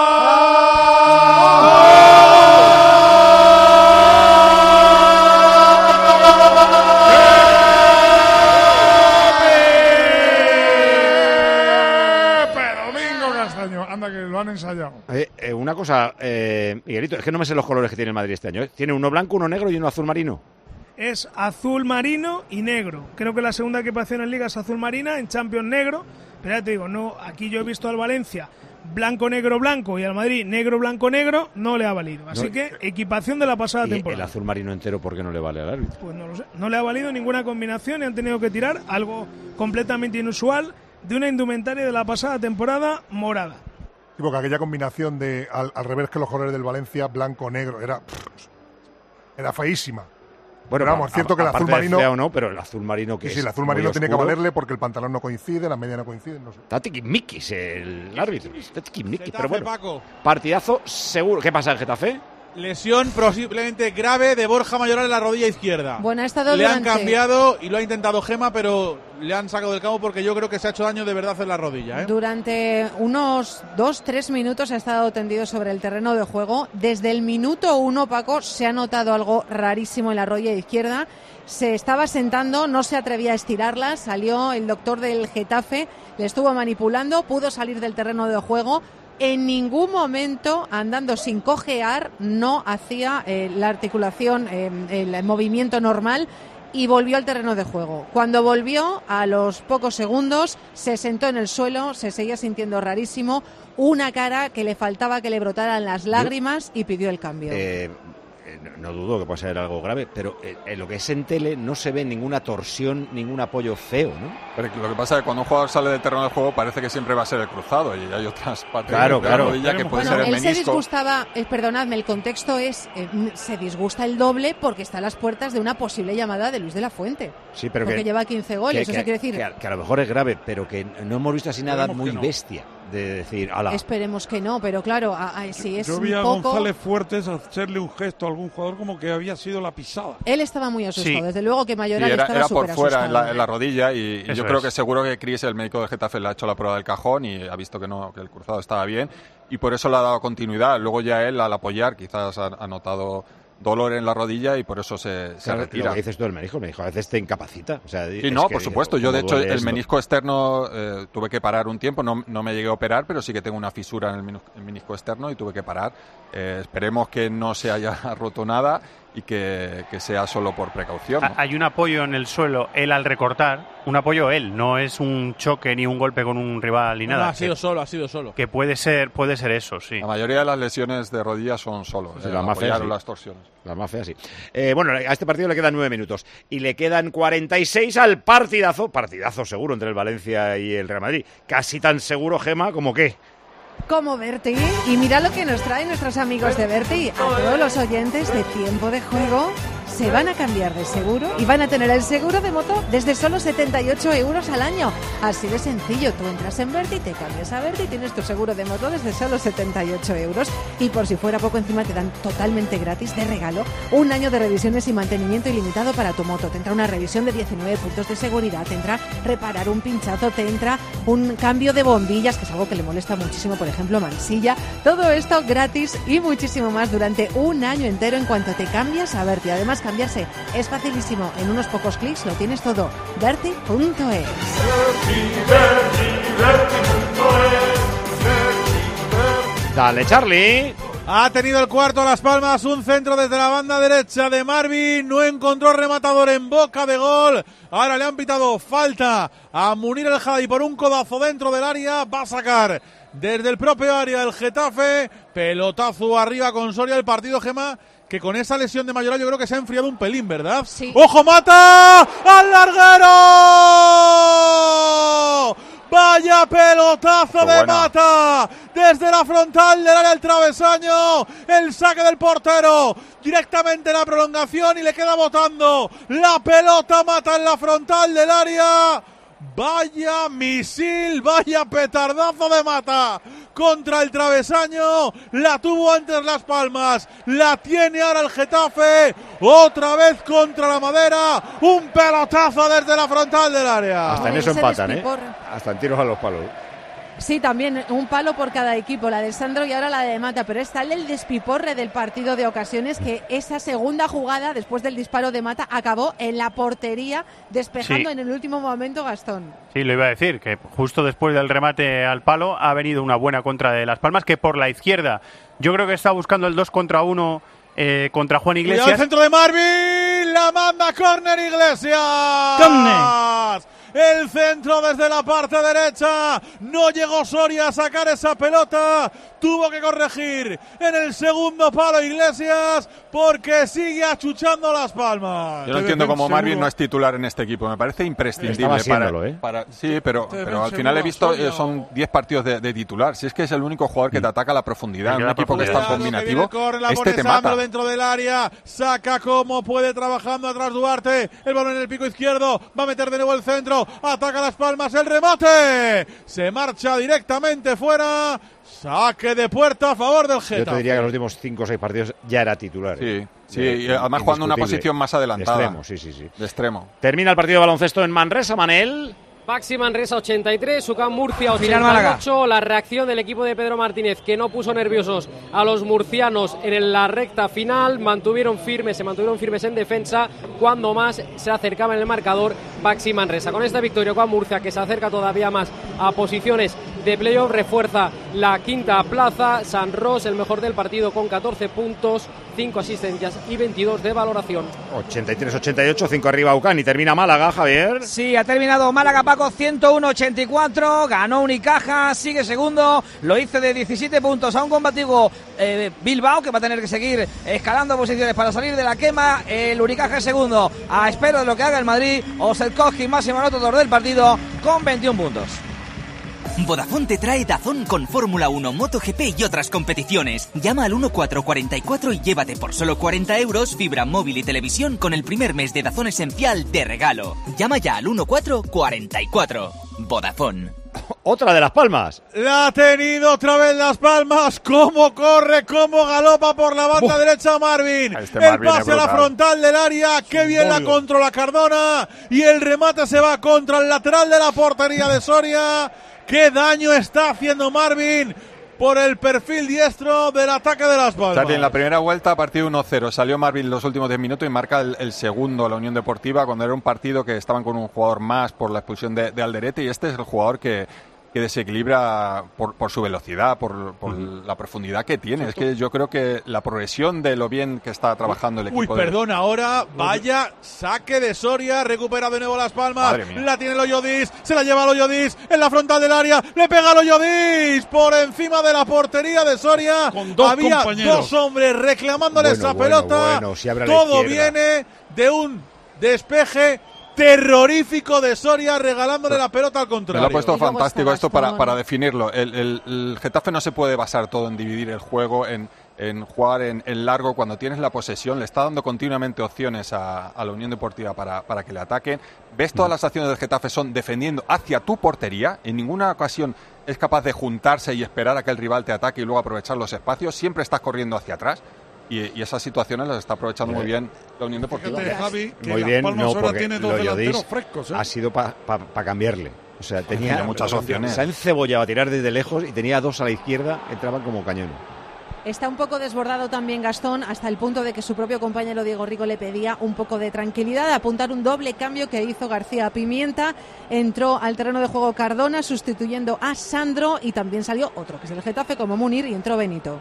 Domingo Castaño, anda que lo han ensayado. Eh, eh, una cosa, eh, Miguelito, es que no me sé los colores que tiene el Madrid este año. ¿eh? Tiene uno blanco, uno negro y uno azul marino. Es azul marino y negro. Creo que la segunda equipación en Liga es azul marina, en Champions negro. Pero ya te digo, no, aquí yo he visto al Valencia blanco, negro, blanco y al Madrid negro, blanco, negro, no le ha valido. Así No, que equipación de la pasada ¿Y temporada. el azul marino entero por qué no le vale al árbitro? Pues no lo sé. No le ha valido ninguna combinación y han tenido que tirar algo completamente inusual de una indumentaria de la pasada temporada morada. Sí, porque aquella combinación de al, al revés que los colores del Valencia, blanco, negro, era, era feísima. Bueno, pero vamos, es cierto que el azul marino... O no, pero el azul marino que sí, es sí, el azul muy marino tiene que oscuro. valerle porque el pantalón no coincide, la media no coincide, no sé. Está tiquismiquis el árbitro. Está tiquismiquis, pero Getafe, bueno. Paco. Partidazo seguro. ¿Qué pasa en Getafe? Lesión posiblemente grave de Borja Mayoral en la rodilla izquierda. Bueno, ha estado Le han durante- cambiado y lo ha intentado Gema, pero le han sacado del campo porque yo creo que se ha hecho daño de verdad en la rodilla. ¿eh? Durante unos dos, tres minutos ha estado tendido sobre el terreno de juego. Desde el minuto uno, Paco, se ha notado algo rarísimo en la rodilla izquierda. Se estaba sentando, no se atrevía a estirarla. Salió el doctor del Getafe, le estuvo manipulando, pudo salir del terreno de juego. En ningún momento, andando sin cojear, no hacía eh, la articulación, eh, el movimiento normal y volvió al terreno de juego. Cuando volvió, a los pocos segundos, se sentó en el suelo, se seguía sintiendo rarísimo, una cara que le faltaba que le brotaran las lágrimas y pidió el cambio. Eh, no dudo que pueda ser algo grave, pero eh, en lo que es en tele no se ve ninguna torsión, ningún apoyo feo, ¿no? Pero lo que pasa es que cuando un jugador sale del terreno de juego parece que siempre va a ser el cruzado y hay otras partes Claro, de la claro. rodilla que puede Bueno, ser el él se menisco. disgustaba, eh, perdonadme, el contexto es, eh, se disgusta el doble porque está a las puertas de una posible llamada de Luis de la Fuente. Sí, pero porque que, lleva quince goles, que, eso que, quiere decir... Que a, que a lo mejor es grave, pero que no hemos visto así nada Esperemos muy que no. bestia de decir, ala. Esperemos que no, pero claro, a, a, si es Yo vi un a poco... González Fuertes hacerle un gesto a algún jugador como que había sido la pisada. Él estaba muy asustado, Sí. desde luego que Sí, Mayoral era, estaba era por súper fuera en asustado. la, en la rodilla y, y Eso yo creo es. que seguro que Cris, el médico del Getafe, le ha hecho la prueba del cajón y ha visto que no que el cruzado estaba bien y por eso le ha dado continuidad. Luego ya él, al apoyar, quizás ha, ha notado dolor en la rodilla y por eso se, se Claro, retira. Lo que dices tú del menisco, el menisco a veces te incapacita. O sea, Sí, es no, que por digo, supuesto. Yo, de ¿cómo hecho, duele el esto? menisco externo eh, tuve que parar un tiempo. No, no me llegué a operar, pero sí que tengo una fisura en el, minu- el menisco externo y tuve que parar. Eh, esperemos que no se haya roto nada y que, que sea solo por precaución. ¿no? Ha- Hay un apoyo en el suelo, él al recortar, un apoyo él, no es un choque ni un golpe con un rival ni No, nada. no, ha sido que, solo, ha sido solo. que puede ser, puede ser eso, sí. La mayoría de las lesiones de rodillas son solo. Sí, eh, las más apoyar feas, o sí. las torsiones. Las más feas, sí. Eh, bueno, a este partido le quedan nueve minutos. Y le quedan cuarenta y seis al partidazo. Partidazo seguro entre el Valencia y el Real Madrid. Casi tan seguro, Gema, como qué. Como Berti. Y mira lo que nos traen nuestros amigos de Berti. A todos los oyentes de Tiempo de Juego se van a cambiar de seguro y van a tener el seguro de moto desde solo setenta y ocho euros al año. Así de sencillo, tú entras en Berti, te cambias a Berti y tienes tu seguro de moto desde solo setenta y ocho euros. Y por si fuera poco, encima te dan totalmente gratis de regalo un año de revisiones y mantenimiento ilimitado para tu moto. Te entra una revisión de diecinueve puntos de seguridad, te entra reparar un pinchazo, te entra un cambio de bombillas, que es algo que le molesta muchísimo, por ejemplo, Mansilla. Todo esto gratis y muchísimo más durante un año entero en cuanto te cambias a Berti. Además, cambiarse es facilísimo. En unos pocos clics lo tienes todo. Berti punto es. Dale, Charlie. Ha tenido el cuarto a Las Palmas, un centro desde la banda derecha de Marvin, no encontró rematador en boca de gol. Ahora le han pitado falta a Munir El Hadadi por un codazo dentro del área, va a sacar desde el propio área el Getafe, pelotazo arriba con Soria, el partido, Gema, que con esa lesión de Mayoral yo creo que se ha enfriado un pelín, ¿verdad? Sí. ¡Ojo, Mata! ¡Al larguero! ¡Vaya pelotazo Qué de buena. Mata! Desde la frontal del área del travesaño, el saque del portero, directamente en la prolongación y le queda botando la pelota Mata en la frontal del área. Vaya misil, vaya petardazo de Mata contra el travesaño, la tuvo antes Las Palmas, la tiene ahora el Getafe, otra vez contra la madera, un pelotazo desde la frontal del área. Hasta en Hombre, eso ese empatan, ¿eh? despiporre. Hasta en tiros a los palos. Sí, también un palo por cada equipo, la de Sandro y ahora la de Mata, pero es tal el despiporre del partido de ocasiones que esa segunda jugada, después del disparo de Mata, acabó en la portería, despejando sí. en el último momento Gastón. Sí, lo iba a decir, que justo después del remate al palo ha venido una buena contra de Las Palmas, que por la izquierda yo creo que está buscando el dos contra uno eh, contra Juan Iglesias. Cuidado el centro de Marvin, la manda córner Iglesias. ¡Córner! El centro desde la parte derecha. No llegó Soria a sacar esa pelota. Tuvo que corregir en el segundo palo Iglesias porque sigue achuchando Las Palmas. Yo no entiendo cómo Marvin no es titular en este equipo. Me parece imprescindible. Estaba siéndolo, para, ¿eh? para, sí, pero, pero al final he visto eh, son diez partidos de, de titular. Si es que es el único jugador que te ataca la profundidad. En un equipo que es tan combinativo, este te mata. Dentro del área, saca como puede trabajando atrás Duarte. El balón en el pico izquierdo. Va a meter de nuevo el centro. Ataca Las Palmas, el remate. Se marcha directamente fuera. Saque de puerta a favor del Getafe. Yo te diría que en los últimos cinco o seis partidos ya era titular. Sí, sí, y además jugando una posición más adelantada. De extremo, sí, sí, sí. De extremo. Termina el partido de baloncesto en Manresa, Manel. Baxi Manresa ochenta y tres, UCAM Murcia ochenta y ocho. La reacción del equipo de Pedro Martínez, que no puso nerviosos a los murcianos en la recta final. Mantuvieron firmes, se mantuvieron firmes en defensa cuando más se acercaba en el marcador Baxi Manresa. Con esta victoria, UCAM Murcia, que se acerca todavía más a posiciones de playoff, refuerza la quinta plaza. San Ros, el mejor del partido, con catorce puntos, cinco asistencias y veintidós de valoración. ochenta y tres ochenta y ocho, cinco arriba UCAM y termina Málaga, Javier. Sí, ha terminado Málaga, Paco, ciento uno ochenta y cuatro, ganó Unicaja, sigue segundo, lo hizo de diecisiete puntos a un combativo eh, Bilbao, que va a tener que seguir escalando posiciones para salir de la quema. El Unicaja es segundo, a espera de lo que haga el Madrid. Oselkowski, máximo anotador del partido, con veintiún puntos. Vodafone te trae DAZN con Fórmula uno, MotoGP y otras competiciones. Llama al uno cuatro cuatro cuatro y llévate por solo cuarenta euros fibra móvil y televisión con el primer mes de DAZN esencial de regalo. Llama ya al uno cuatro cuatro cuatro. Vodafone. Otra de Las Palmas. La ha tenido otra vez Las Palmas. Cómo corre, cómo galopa por la banda Uf. derecha Marvin. Este el Marvin pase a la frontal del área. Qué bien la controla Cardona. Y el remate se va contra el lateral de la portería de Soria. Qué daño está haciendo Marvin por el perfil diestro del ataque de Las Palmas. Charlie, en la primera vuelta, partido uno cero. Salió Marvin los últimos diez minutos y marca el, el segundo, la Unión Deportiva, cuando era un partido que estaban con un jugador más por la expulsión de, de Alderete, y este es el jugador que, que desequilibra por, por su velocidad, por, por uh-huh. la profundidad que tiene. Es que yo creo que la progresión de lo bien que está trabajando el equipo. Uy, de... perdón, ahora vaya saque de Soria, recupera de nuevo Las Palmas, la tiene Loyodis, se la lleva Loyodis en la frontal del área, le pega a Loyodis por encima de la portería de Soria. Con dos Había compañeros. dos hombres reclamándole bueno, esa bueno, pelota. Bueno, si todo viene de un despeje terrorífico de Soria, regalándole la pelota al contrario. Me lo ha puesto fantástico esto para, para definirlo. El, el, el Getafe no se puede basar todo en dividir el juego, en, en jugar en, en largo. Cuando tienes la posesión, le está dando continuamente opciones a, a la Unión Deportiva para, para que le ataquen. Ves todas las acciones del Getafe son defendiendo hacia tu portería. En ninguna ocasión es capaz de juntarse y esperar a que el rival te ataque y luego aprovechar los espacios. Siempre estás corriendo hacia atrás. Y, y esas situaciones las está aprovechando muy bien la Unión Deportiva. Fíjate, Javi, que muy bien, no, porque tiene dos delanteros frescos, ¿eh? Ha sido para pa, pa cambiarle. O sea, tenía, tenía muchas opciones. Se ha encebollado a tirar desde lejos y tenía dos a la izquierda, entraban como cañón. Está un poco desbordado también Gastón, hasta el punto de que su propio compañero Diego Rico le pedía un poco de tranquilidad, apuntar un doble cambio que hizo García Pimienta. Entró al terreno de juego Cardona, sustituyendo a Sandro, y también salió otro, que es el Getafe, como Munir, y entró Benito.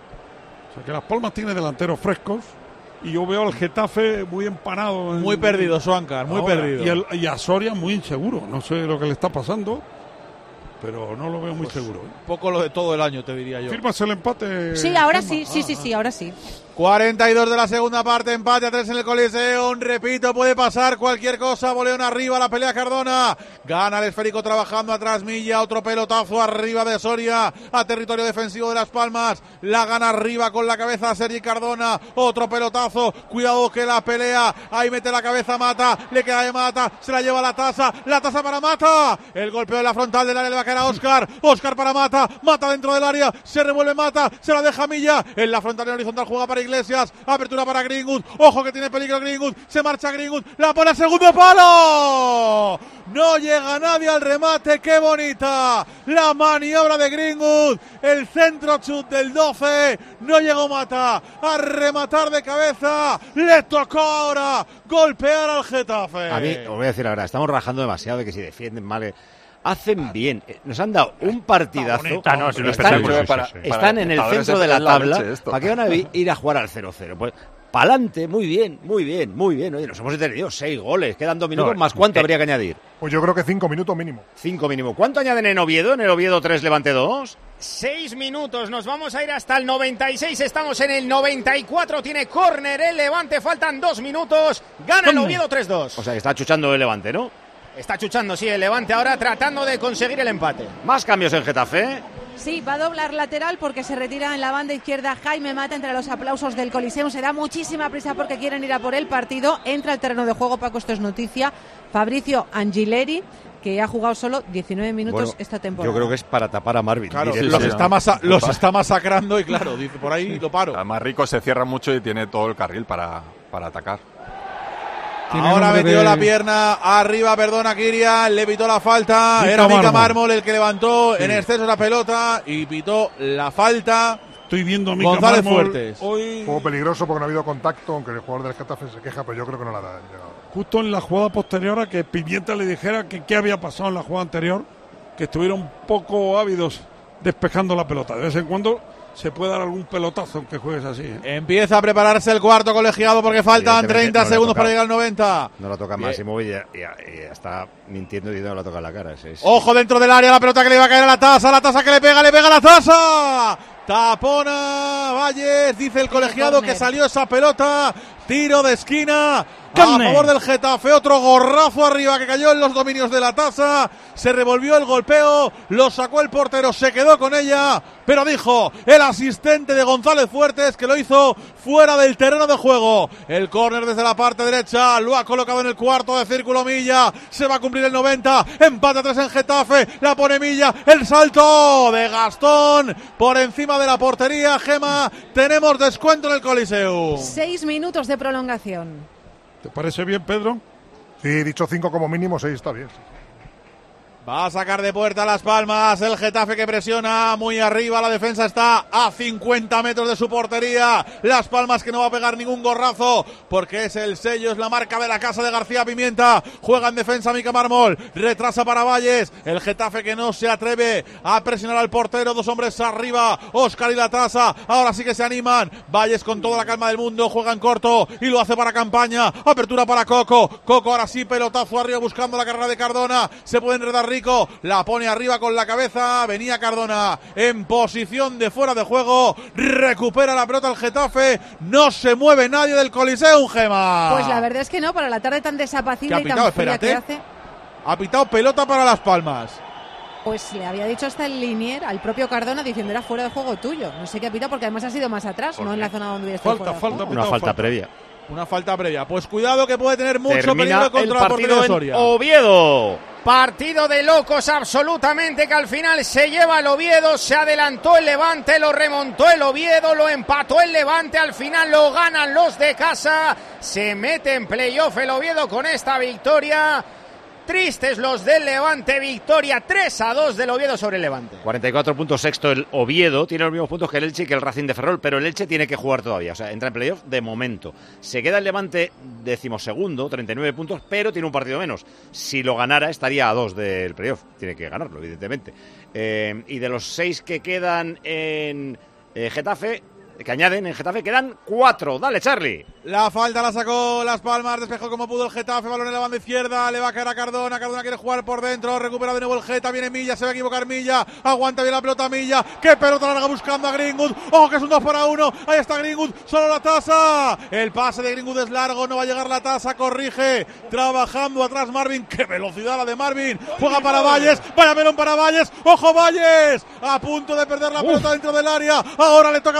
O sea que Las Palmas tiene delanteros frescos y yo veo al Getafe muy empanado. En, muy perdido, Suáncar, muy ahora, perdido. Y, el, y a Soria muy inseguro. No sé lo que le está pasando, pero no lo veo muy pues seguro. ¿eh? Poco lo de todo el año, te diría yo. ¿Firmas el empate? Sí, ahora Firma. sí, sí, ah, sí, sí, ahora sí. cuarenta y dos de la segunda parte, empate a tres en el Coliseum. Repito, puede pasar cualquier cosa. Boleón arriba, la pelea Cardona. Gana el esférico trabajando atrás Milla. Otro pelotazo arriba de Soria a territorio defensivo de Las Palmas. La gana arriba con la cabeza Sergi Cardona. Otro pelotazo. Cuidado que la pelea. Ahí mete la cabeza Mata. Le queda de Mata. Se la lleva la taza. La taza para Mata. El golpeo de la frontal del área le va a caer a Óscar. Óscar para Mata. Mata dentro del área. Se revuelve Mata. Se la deja Milla. En la frontal en horizontal juega para Iglesias, apertura para Greenwood, ojo que tiene peligro Greenwood, se marcha Greenwood, la pone al segundo palo, no llega nadie al remate, qué bonita la maniobra de Greenwood, el centro chut del doce, no llegó Mata a rematar de cabeza, le tocó ahora golpear al Getafe. A mí, os voy a decir la verdad, estamos rajando demasiado de que si defienden mal... Hacen bien, nos han dado un partidazo. Bonita, no, es un están, sí, sí, para, sí, sí. están en el centro de la tabla. ¿Para qué van a ir a jugar al cero cero? Pues pa'lante, muy bien, muy bien, muy bien. Oye, nos hemos entendido seis goles, quedan dos minutos, no, más ¿cuánto eh, habría que añadir? Pues yo creo que cinco minutos mínimo. Cinco mínimo. ¿Cuánto añaden en Oviedo? En el Oviedo tres, Levante dos. Seis minutos, nos vamos a ir hasta el noventa y seis, estamos en el noventa y cuatro, tiene córner el Levante, faltan dos minutos, gana el Oviedo tres dos. O sea, que está chuchando el Levante, ¿no? Está chuchando, sí, el Levante ahora tratando de conseguir el empate. Más cambios en Getafe. Sí, va a doblar lateral porque se retira en la banda izquierda Jaime Mata entre los aplausos del Coliseum. Se da muchísima prisa porque quieren ir a por el partido. Entra al terreno de juego, Paco, esto es noticia. Fabricio Angileri, que ha jugado solo diecinueve minutos bueno, esta temporada. Yo creo que es para tapar a Marvin. Claro, sí, los, sí, está, masa- los está masacrando y claro, dice por ahí lo paro. Además, Rico se cierra mucho y tiene todo el carril para, para atacar. Ahora metió de... la pierna arriba, perdona Kirian, le pitó la falta, Mica era Mika Mármol el que levantó sí. en exceso la pelota y pitó la falta. Estoy viendo a Mica González Mármol. Fuertes. Hoy... Juego peligroso porque no ha habido contacto, aunque el jugador del Getafe se queja, pero yo creo que no la ha llegado. Justo en la jugada posterior a que Pimienta le dijera que qué había pasado en la jugada anterior, que estuvieron un poco ávidos despejando la pelota. De vez en cuando se puede dar algún pelotazo aunque juegues así, ¿eh? Empieza a prepararse el cuarto colegiado porque faltan treinta no segundos para llegar al noventa. No la toca Máximo y ya, ya, ya está mintiendo y no la toca en la cara. Es, es... Ojo dentro del área, la pelota que le va a caer a la taza, la taza que le pega, le pega a la taza. Tapona Valles, dice el colegiado que salió esa pelota. Tiro de esquina a favor del Getafe, otro gorrazo arriba que cayó en los dominios de la taza, se revolvió el golpeo, lo sacó el portero, se quedó con ella, pero dijo el asistente de González Fuertes que lo hizo fuera del terreno de juego. El córner desde la parte derecha, lo ha colocado en el cuarto de círculo Milla, se va a cumplir el noventa, empate a tres en Getafe, la pone Milla, el salto de Gastón por encima de la portería. Gema, tenemos descuento en el Coliseum. Seis minutos de prolongación. ¿Te parece bien, Pedro? Sí, dicho cinco como mínimo, seis está bien. Va a sacar de puerta Las Palmas, el Getafe que presiona muy arriba, la defensa está a cincuenta metros de su portería, Las Palmas que no va a pegar ningún gorrazo, porque es el sello, es la marca de la casa de García Pimienta, juega en defensa Mica Mármol, retrasa para Valles, el Getafe que no se atreve a presionar al portero, dos hombres arriba, Óscar y la Tasa, ahora sí que se animan, Valles con toda la calma del mundo, juega en corto y lo hace para Campaña, apertura para Coco, Coco ahora sí, pelotazo arriba buscando la carrera de Cardona, se puede enredar Rico, la pone arriba con la cabeza, venía Cardona en posición de fuera de juego, recupera la pelota el Getafe, no se mueve nadie del Coliseum, Gema. Pues la verdad es que no, para la tarde tan desapacible y tan fría espérate. que hace. Ha pitado pelota para Las Palmas. Pues le había dicho hasta el linier al propio Cardona diciendo era fuera de juego tuyo. No sé qué ha pitado porque además ha sido más atrás, no en la zona donde hubiera estado falta, fuera. Falta, Una falta, falta previa. Una falta previa. Pues cuidado que puede tener mucho Termina peligro contra la portería de Soria. Oviedo. Partido de locos absolutamente que al final se lleva el Oviedo, se adelantó el Levante, lo remontó el Oviedo, lo empató el Levante, al final lo ganan los de casa, se mete en playoff el Oviedo con esta victoria. Tristes los del Levante, victoria tres a dos del Oviedo sobre el Levante. cuarenta y cuatro puntos sexto el Oviedo, tiene los mismos puntos que el Elche y que el Racing de Ferrol, pero el Elche tiene que jugar todavía, o sea, entra en playoff de momento. Se queda el Levante decimosegundo, treinta y nueve puntos, pero tiene un partido menos. Si lo ganara estaría a dos del playoff, tiene que ganarlo, evidentemente. Eh, y de los seis que quedan en eh, Getafe, que añaden en Getafe, quedan cuatro. Dale, Charlie. La falta la sacó Las Palmas, despejó como pudo el Getafe, balón en la banda izquierda, le va a caer a Cardona, Cardona quiere jugar por dentro, recupera de nuevo el Geta, viene Milla, se va a equivocar Milla, aguanta bien la pelota Milla, qué pelota larga buscando a Greenwood, ojo que es un dos para uno, ahí está Greenwood, solo la tasa, el pase de Greenwood es largo, no va a llegar la tasa, corrige, trabajando atrás Marvin, qué velocidad la de Marvin, juega para Valles, vaya melón para Valles, ojo Valles, a punto de perder la pelota dentro del área, ahora le toca dar a Las Palmas,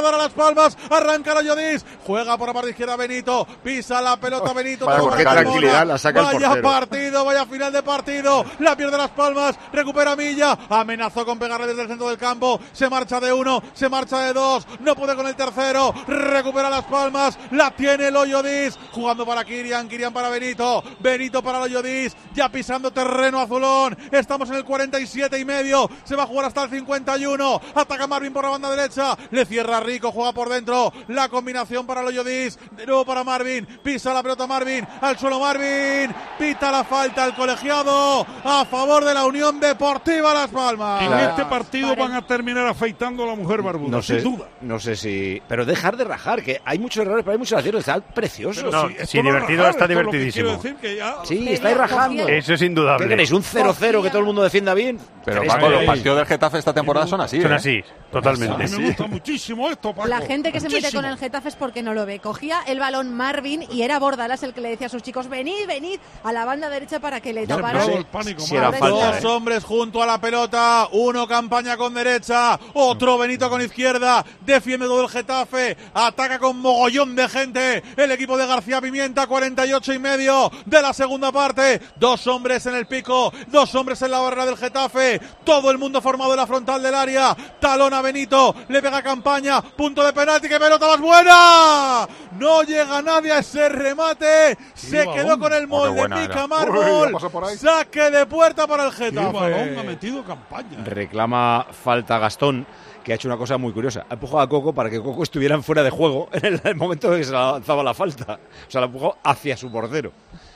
Palmas, arranca el Oyodis, juega por la parte izquierda Benito, pisa la pelota Benito, vaya, todo qué para tranquilidad, Carmona. la saca el Vaya portero. partido, vaya final de partido, la pierde Las Palmas, recupera Milla, amenazó con pegarle desde el centro del campo, se marcha de uno, se marcha de dos, no puede con el tercero, recupera Las Palmas, la tiene el Oyodis, jugando para Kirian, Kirian para Benito, Benito para el Oyodis, ya pisando terreno azulón, estamos en el cuarenta y siete y medio, se va a jugar hasta el cincuenta y uno, ataca Marvin por la banda derecha, le cierra Rico, juega por dentro, la combinación para el Oyodis, de nuevo para Marvin, pisa la pelota Marvin, al suelo Marvin, pita la falta el colegiado, a favor de la Unión Deportiva Las Palmas. En este partido van a terminar afeitando a la mujer barbuda, No sé, sin duda. no sé si... Pero dejar de rajar, que hay muchos errores, pero hay muchos aciertos, está precioso. Pero No, si sí, divertido rajar, está divertidísimo. Ya... Sí, estáis rajando. Eso es indudable. ¿Qué queréis? ¿Un cero cero que todo el mundo defienda bien? Pero Paco, los partidos del Getafe esta temporada son así. Son ¿eh? así, totalmente. A mí me gusta muchísimo esto, Paco. La gente que muchísimo. se mete con el Getafe es porque no lo ve. Cogía el balón Marvin y era Bordalas el que le decía a sus chicos, venid, venid a la banda derecha para que le taparan. No, el pánico, si era falta, dos eh. hombres junto a la pelota, uno campaña con derecha, otro Benito con izquierda, defiende todo el Getafe, ataca con mogollón de gente el equipo de García Pimienta, cuarenta y ocho y medio de la segunda parte, dos hombres en el pico, dos hombres en la barrera del Getafe, todo el mundo formado en la frontal del área, talón a Benito, le pega campaña, punto de penalti, que pelota más buena, no llega nadie a ese remate, se balón. quedó con el molde, Oh, pica era. Mármol, saque de puerta para el Qué balón ha Getafe. metido campaña. Reclama falta Gastón, que ha hecho una cosa muy curiosa. Ha empujado a Coco para que Coco estuviera fuera de juego en el momento en que se lanzaba la falta. O sea, la empujó hacia su portero.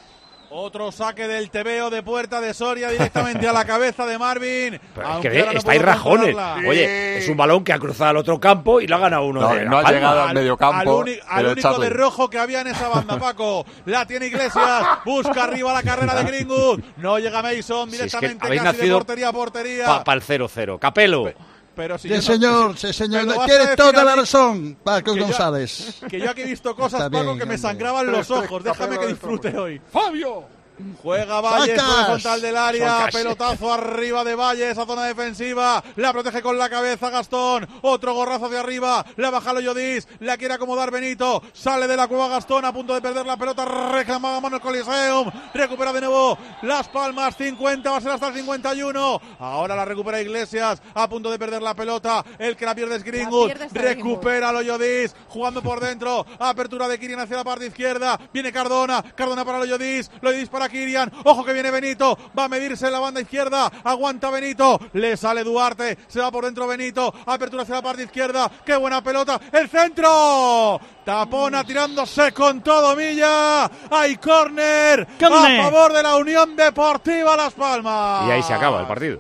Otro saque del tebeo de puerta de Soria directamente a la cabeza de Marvin. Pero es que ve, estáis rajones. Oye, es un balón que ha cruzado al otro campo y lo ha ganado uno. No, de no ha Palma. llegado al medio campo. Al, uni- al único de rojo que había en esa banda, Paco. La tiene Iglesias. Busca arriba la carrera de Greenwood. No llega Mason Si es que directamente habéis casi de nacido portería a portería. Para el cero cero. Capelo. Pero si Sí, yo no- señor, sí, señor. me lo vas a Tiene decir toda a la mí, razón, Paco que yo- González. Que yo aquí he visto cosas, Está Paco, bien, que me hombre. sangraban los ojos. Déjame que disfrute hoy. ¡Fabio! Juega Valles por el Sacas. frontal del área, Sacas. pelotazo arriba de Valles a zona defensiva, la protege con la cabeza Gastón, otro gorrazo hacia arriba, la baja Loyodis, la quiere acomodar Benito, sale de la cueva Gastón a punto de perder la pelota, reclamaba mano el Coliseum, recupera de nuevo Las Palmas, cincuenta, va a ser hasta el cincuenta y uno, ahora la recupera Iglesias, a punto de perder la pelota, el que la pierde es Greenwood, pierde es recupera Loyodis, jugando por dentro, apertura de Kirian hacia la parte izquierda, viene Cardona, Cardona para Loyodis, Loyodis para Kirian, ojo que viene Benito, va a medirse en la banda izquierda, aguanta Benito, le sale Duarte, se va por dentro Benito, apertura hacia la parte izquierda, qué buena pelota, el centro, Tapona tirándose con todo Milla, hay córner Córner. a favor de la Unión Deportiva Las Palmas. Y ahí se acaba el partido.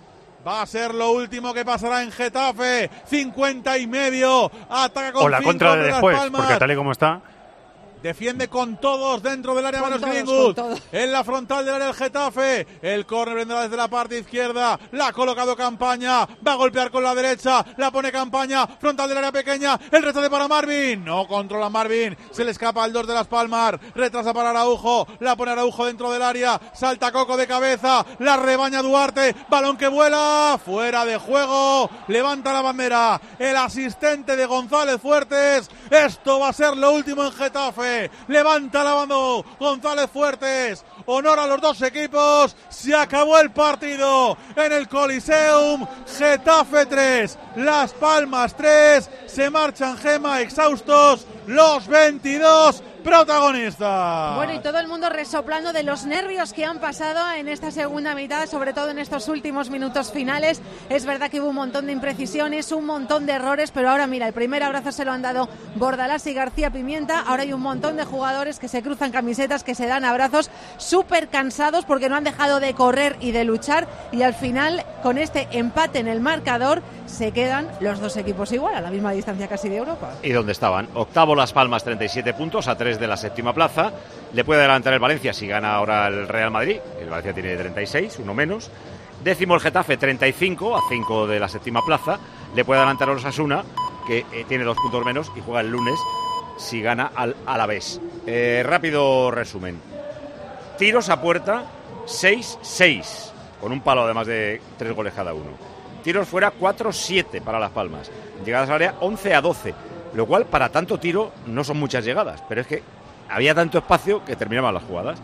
Va a ser lo último que pasará en Getafe, cincuenta y medio, ataca con O la cinco contra de hombres Las después, Palmas. porque tal y como está. Defiende con todos dentro del área Con menos todos, Greenwood. con todos. En la frontal del área del Getafe. El córner vendrá desde la parte izquierda. La ha colocado Campaña. Va a golpear con la derecha. La pone Campaña. Frontal del área pequeña. El rechace para Marvin. No controla Marvin. Se le escapa al dos de Las Palmas. Retrasa para Araujo. La pone Araujo dentro del área. Salta Coco de cabeza. La rebaña Duarte. Balón que vuela. Fuera de juego. Levanta la bandera. El asistente de González Fuertes. Esto va a ser lo último en Getafe. Levanta la mano González Fuertes. Honor a los dos equipos. Se acabó el partido en el Coliseum. Getafe tres, Las Palmas tres. Se marchan, Gema, exhaustos los veintidós protagonistas. Bueno, y todo el mundo resoplando de los nervios que han pasado en esta segunda mitad, sobre todo en estos últimos minutos finales. Es verdad que hubo un montón de imprecisiones, un montón de errores, pero ahora mira, el primer abrazo se lo han dado Bordalás y García Pimienta. Ahora hay un montón de jugadores que se cruzan camisetas, que se dan abrazos, súper cansados porque no han dejado de correr y de luchar, y al final, con este empate en el marcador, se quedan los dos equipos igual, a la misma distancia casi de Europa. ¿Y dónde estaban? Octavo Las Palmas, treinta y siete puntos, a tres de la séptima plaza. Le puede adelantar el Valencia si gana ahora el Real Madrid. El Valencia tiene treinta y seis, uno menos. Décimo el Getafe, treinta y cinco, a cinco de la séptima plaza. Le puede adelantar el Osasuna, que eh, tiene dos puntos menos y juega el lunes si gana al Alavés. Eh, rápido resumen. Tiros a puerta, seis seis, con un palo además de tres goles cada uno. Tiros fuera, cuatro siete para Las Palmas. Llegadas al área, once a doce. lo cual para tanto tiro no son muchas llegadas, pero es que había tanto espacio que terminaban las jugadas.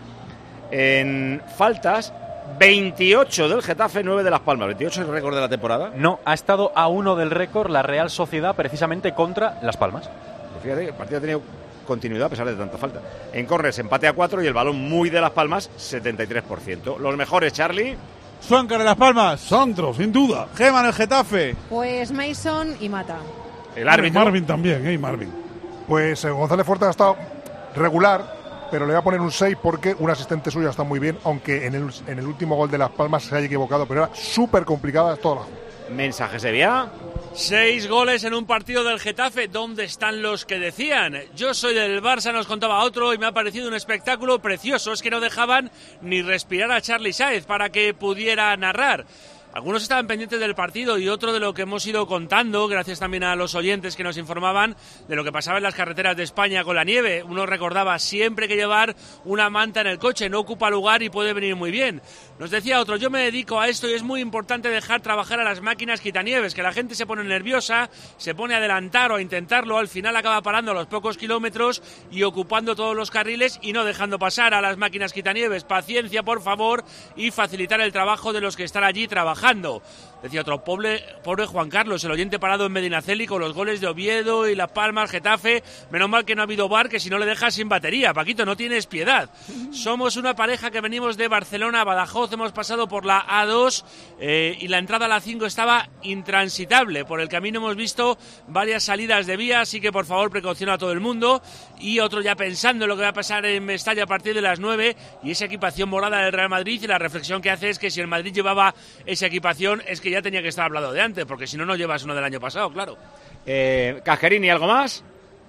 En faltas, veintiocho del Getafe, nueve de Las Palmas. ¿veintiocho es el récord de la temporada? No, ha estado a uno del récord la Real Sociedad precisamente contra Las Palmas. Pues fíjate, el partido ha tenido continuidad a pesar de tanta falta. En corners, empate a cuatro y el balón muy de Las Palmas, setenta y tres por ciento. Los mejores, Charlie. Suancar en Las Palmas. Sandro, sin duda. Gema en el Getafe. Pues Mason y Mata. El árbitro. Marvin también, ¿eh? Marvin. Pues eh, González Fuerte ha estado regular, pero le voy a poner un seis porque un asistente suyo está muy bien, aunque en el, en el último gol de Las Palmas se haya equivocado, pero era súper complicada toda la jugada. Mensaje Sevilla. Seis goles en un partido del Getafe. ¿Dónde están los que decían? Yo soy del Barça, nos contaba otro, y me ha parecido un espectáculo precioso. Es que no dejaban ni respirar a Charly Sáez para que pudiera narrar. Algunos estaban pendientes del partido y otro de lo que hemos ido contando, gracias también a los oyentes que nos informaban de lo que pasaba en las carreteras de España con la nieve. Uno recordaba siempre que llevar una manta en el coche, no ocupa lugar y puede venir muy bien. Nos decía otro, yo me dedico a esto y es muy importante dejar trabajar a las máquinas quitanieves, que la gente se pone nerviosa, se pone a adelantar o a intentarlo, al final acaba parando a los pocos kilómetros y ocupando todos los carriles y no dejando pasar a las máquinas quitanieves. Paciencia, por favor, y facilitar el trabajo de los que están allí trabajando. Decía otro, pobre, pobre Juan Carlos, el oyente parado en Medinaceli con los goles de Oviedo y Las Palmas, Getafe. Menos mal que no ha habido V A R, que si no le dejas sin batería. Paquito, no tienes piedad. Somos una pareja que venimos de Barcelona a Badajoz, hemos pasado por la A dos eh, y la entrada a la cinco estaba intransitable. Por el camino hemos visto varias salidas de vía, así que por favor precaución a todo el mundo. Y otro ya pensando en lo que va a pasar en Mestalla a partir de las nueve y esa equipación morada del Real Madrid, y la reflexión que hace es que si el Madrid llevaba esa equipación es que ya tenía que estar hablado de antes, porque si no, no llevas uno del año pasado, claro. Eh, Casquerini, ¿algo más?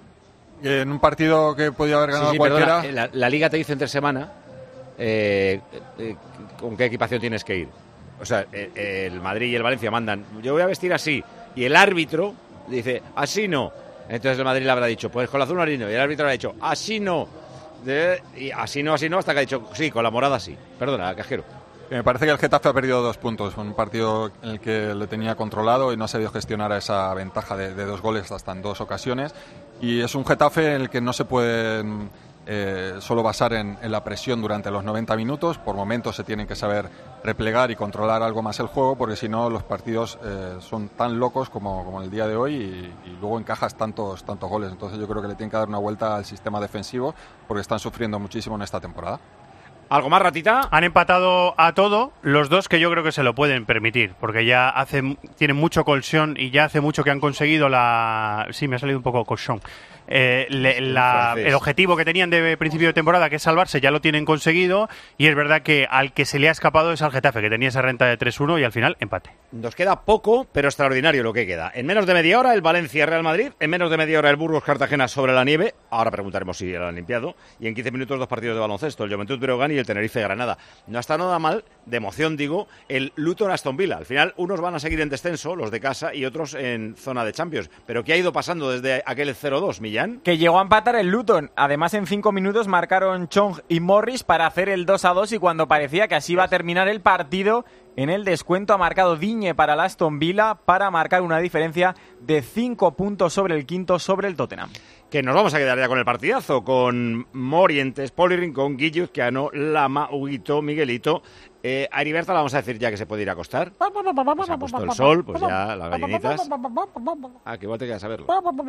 En un partido que podía haber ganado sí, sí, cualquiera. Perdona, la, la Liga te dice entre semana eh, eh, con qué equipación tienes que ir. O sea, eh, el Madrid y el Valencia mandan, yo voy a vestir así, y el árbitro dice, así no. Entonces el Madrid le habrá dicho, pues con la azul marino, y el árbitro le ha dicho, así no. De, y así no, así no, hasta que ha dicho, sí, con la morada sí. Perdona, Casquero. Me parece que el Getafe ha perdido dos puntos. Un partido en el que le tenía controlado y no ha sabido gestionar esa ventaja de, de dos goles hasta en dos ocasiones. Y es un Getafe en el que no se puede eh, solo basar en, en la presión durante los noventa minutos. Por momentos se tienen que saber replegar y controlar algo más el juego, porque si no los partidos eh, son tan locos como, como el día de hoy y, y luego encajas tantos, tantos goles. Entonces yo creo que le tienen que dar una vuelta al sistema defensivo porque están sufriendo muchísimo en esta temporada. ¿Algo más, Ratita? Han empatado a todo los dos, que yo creo que se lo pueden permitir, porque ya hace, tienen mucho colchón y ya hace mucho que han conseguido la... Sí, me ha salido un poco colchón. Eh, le, la, el objetivo que tenían de principio de temporada, que es salvarse, ya lo tienen conseguido, y es verdad que al que se le ha escapado es al Getafe, que tenía esa renta de tres uno y al final empate. Nos queda poco, pero extraordinario lo que queda. En menos de media hora el Valencia-Real Madrid, en menos de media hora el Burgos-Cartagena sobre la nieve, ahora preguntaremos si lo han limpiado, y en quince minutos dos partidos de baloncesto, el Juventud Breogán y el Tenerife-Granada. No está nada mal, de emoción digo, el Luton-Aston Villa. Al final unos van a seguir en descenso, los de casa, y otros en zona de Champions. ¿Pero qué ha ido pasando desde aquel cero dos, Millán? Que llegó a empatar el Luton. Además, en cinco minutos marcaron Chong y Morris para hacer el dos a dos, y cuando parecía que así iba a terminar el partido, en el descuento ha marcado Digne para el Aston Villa para marcar una diferencia de cinco puntos sobre el quinto, sobre el Tottenham. Que nos vamos a quedar ya con el partidazo, con Morientes, Poli Rincón, Guilluz, Queano, Lama, Huguito, Miguelito. Eh, a Heriberta le vamos a decir ya que se puede ir a acostar. Se ha puesto el sol, pues ya las gallinitas. Ah, que igual te queda saberlo.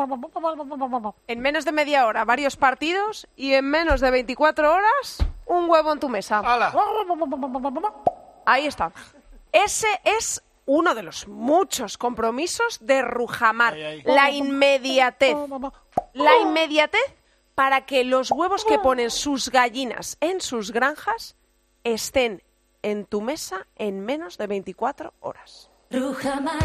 En menos de media hora, varios partidos, y en menos de veinticuatro horas, un huevo en tu mesa. ¡Hala! Ahí está. Ese es uno de los muchos compromisos de Rujamar. Ay, ay. La inmediatez. La inmediatez para que los huevos que ponen sus gallinas en sus granjas estén en tu mesa en menos de veinticuatro horas. Rujamar.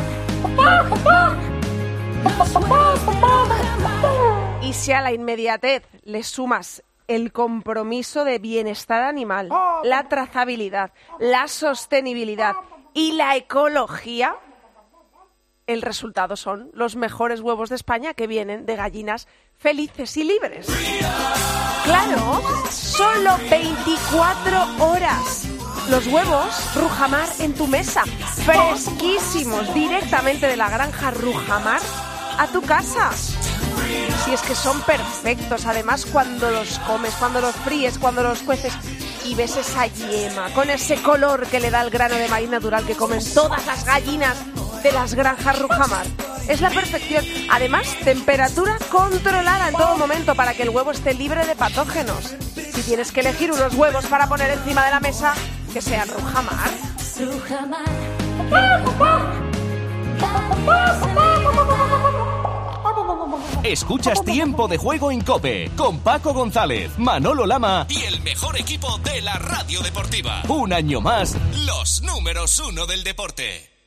Y si a la inmediatez le sumas el compromiso de bienestar animal, la trazabilidad, la sostenibilidad y la ecología, el resultado son los mejores huevos de España, que vienen de gallinas felices y libres. ¡Claro! Solo veinticuatro horas. Los huevos Rujamar en tu mesa, fresquísimos, directamente de la granja Rujamar a tu casa. Si es que son perfectos, además cuando los comes, cuando los fríes, cuando los cueces y ves esa yema con ese color que le da el grano de maíz natural que comen todas las gallinas de las granjas Rujamar. Es la perfección. Además, temperatura controlada en todo momento para que el huevo esté libre de patógenos. Si tienes que elegir unos huevos para poner encima de la mesa, que sean Rujamar. Escuchas Tiempo de Juego en COPE con Paco González, Manolo Lama y el mejor equipo de la radio deportiva. Un año más, los números uno del deporte.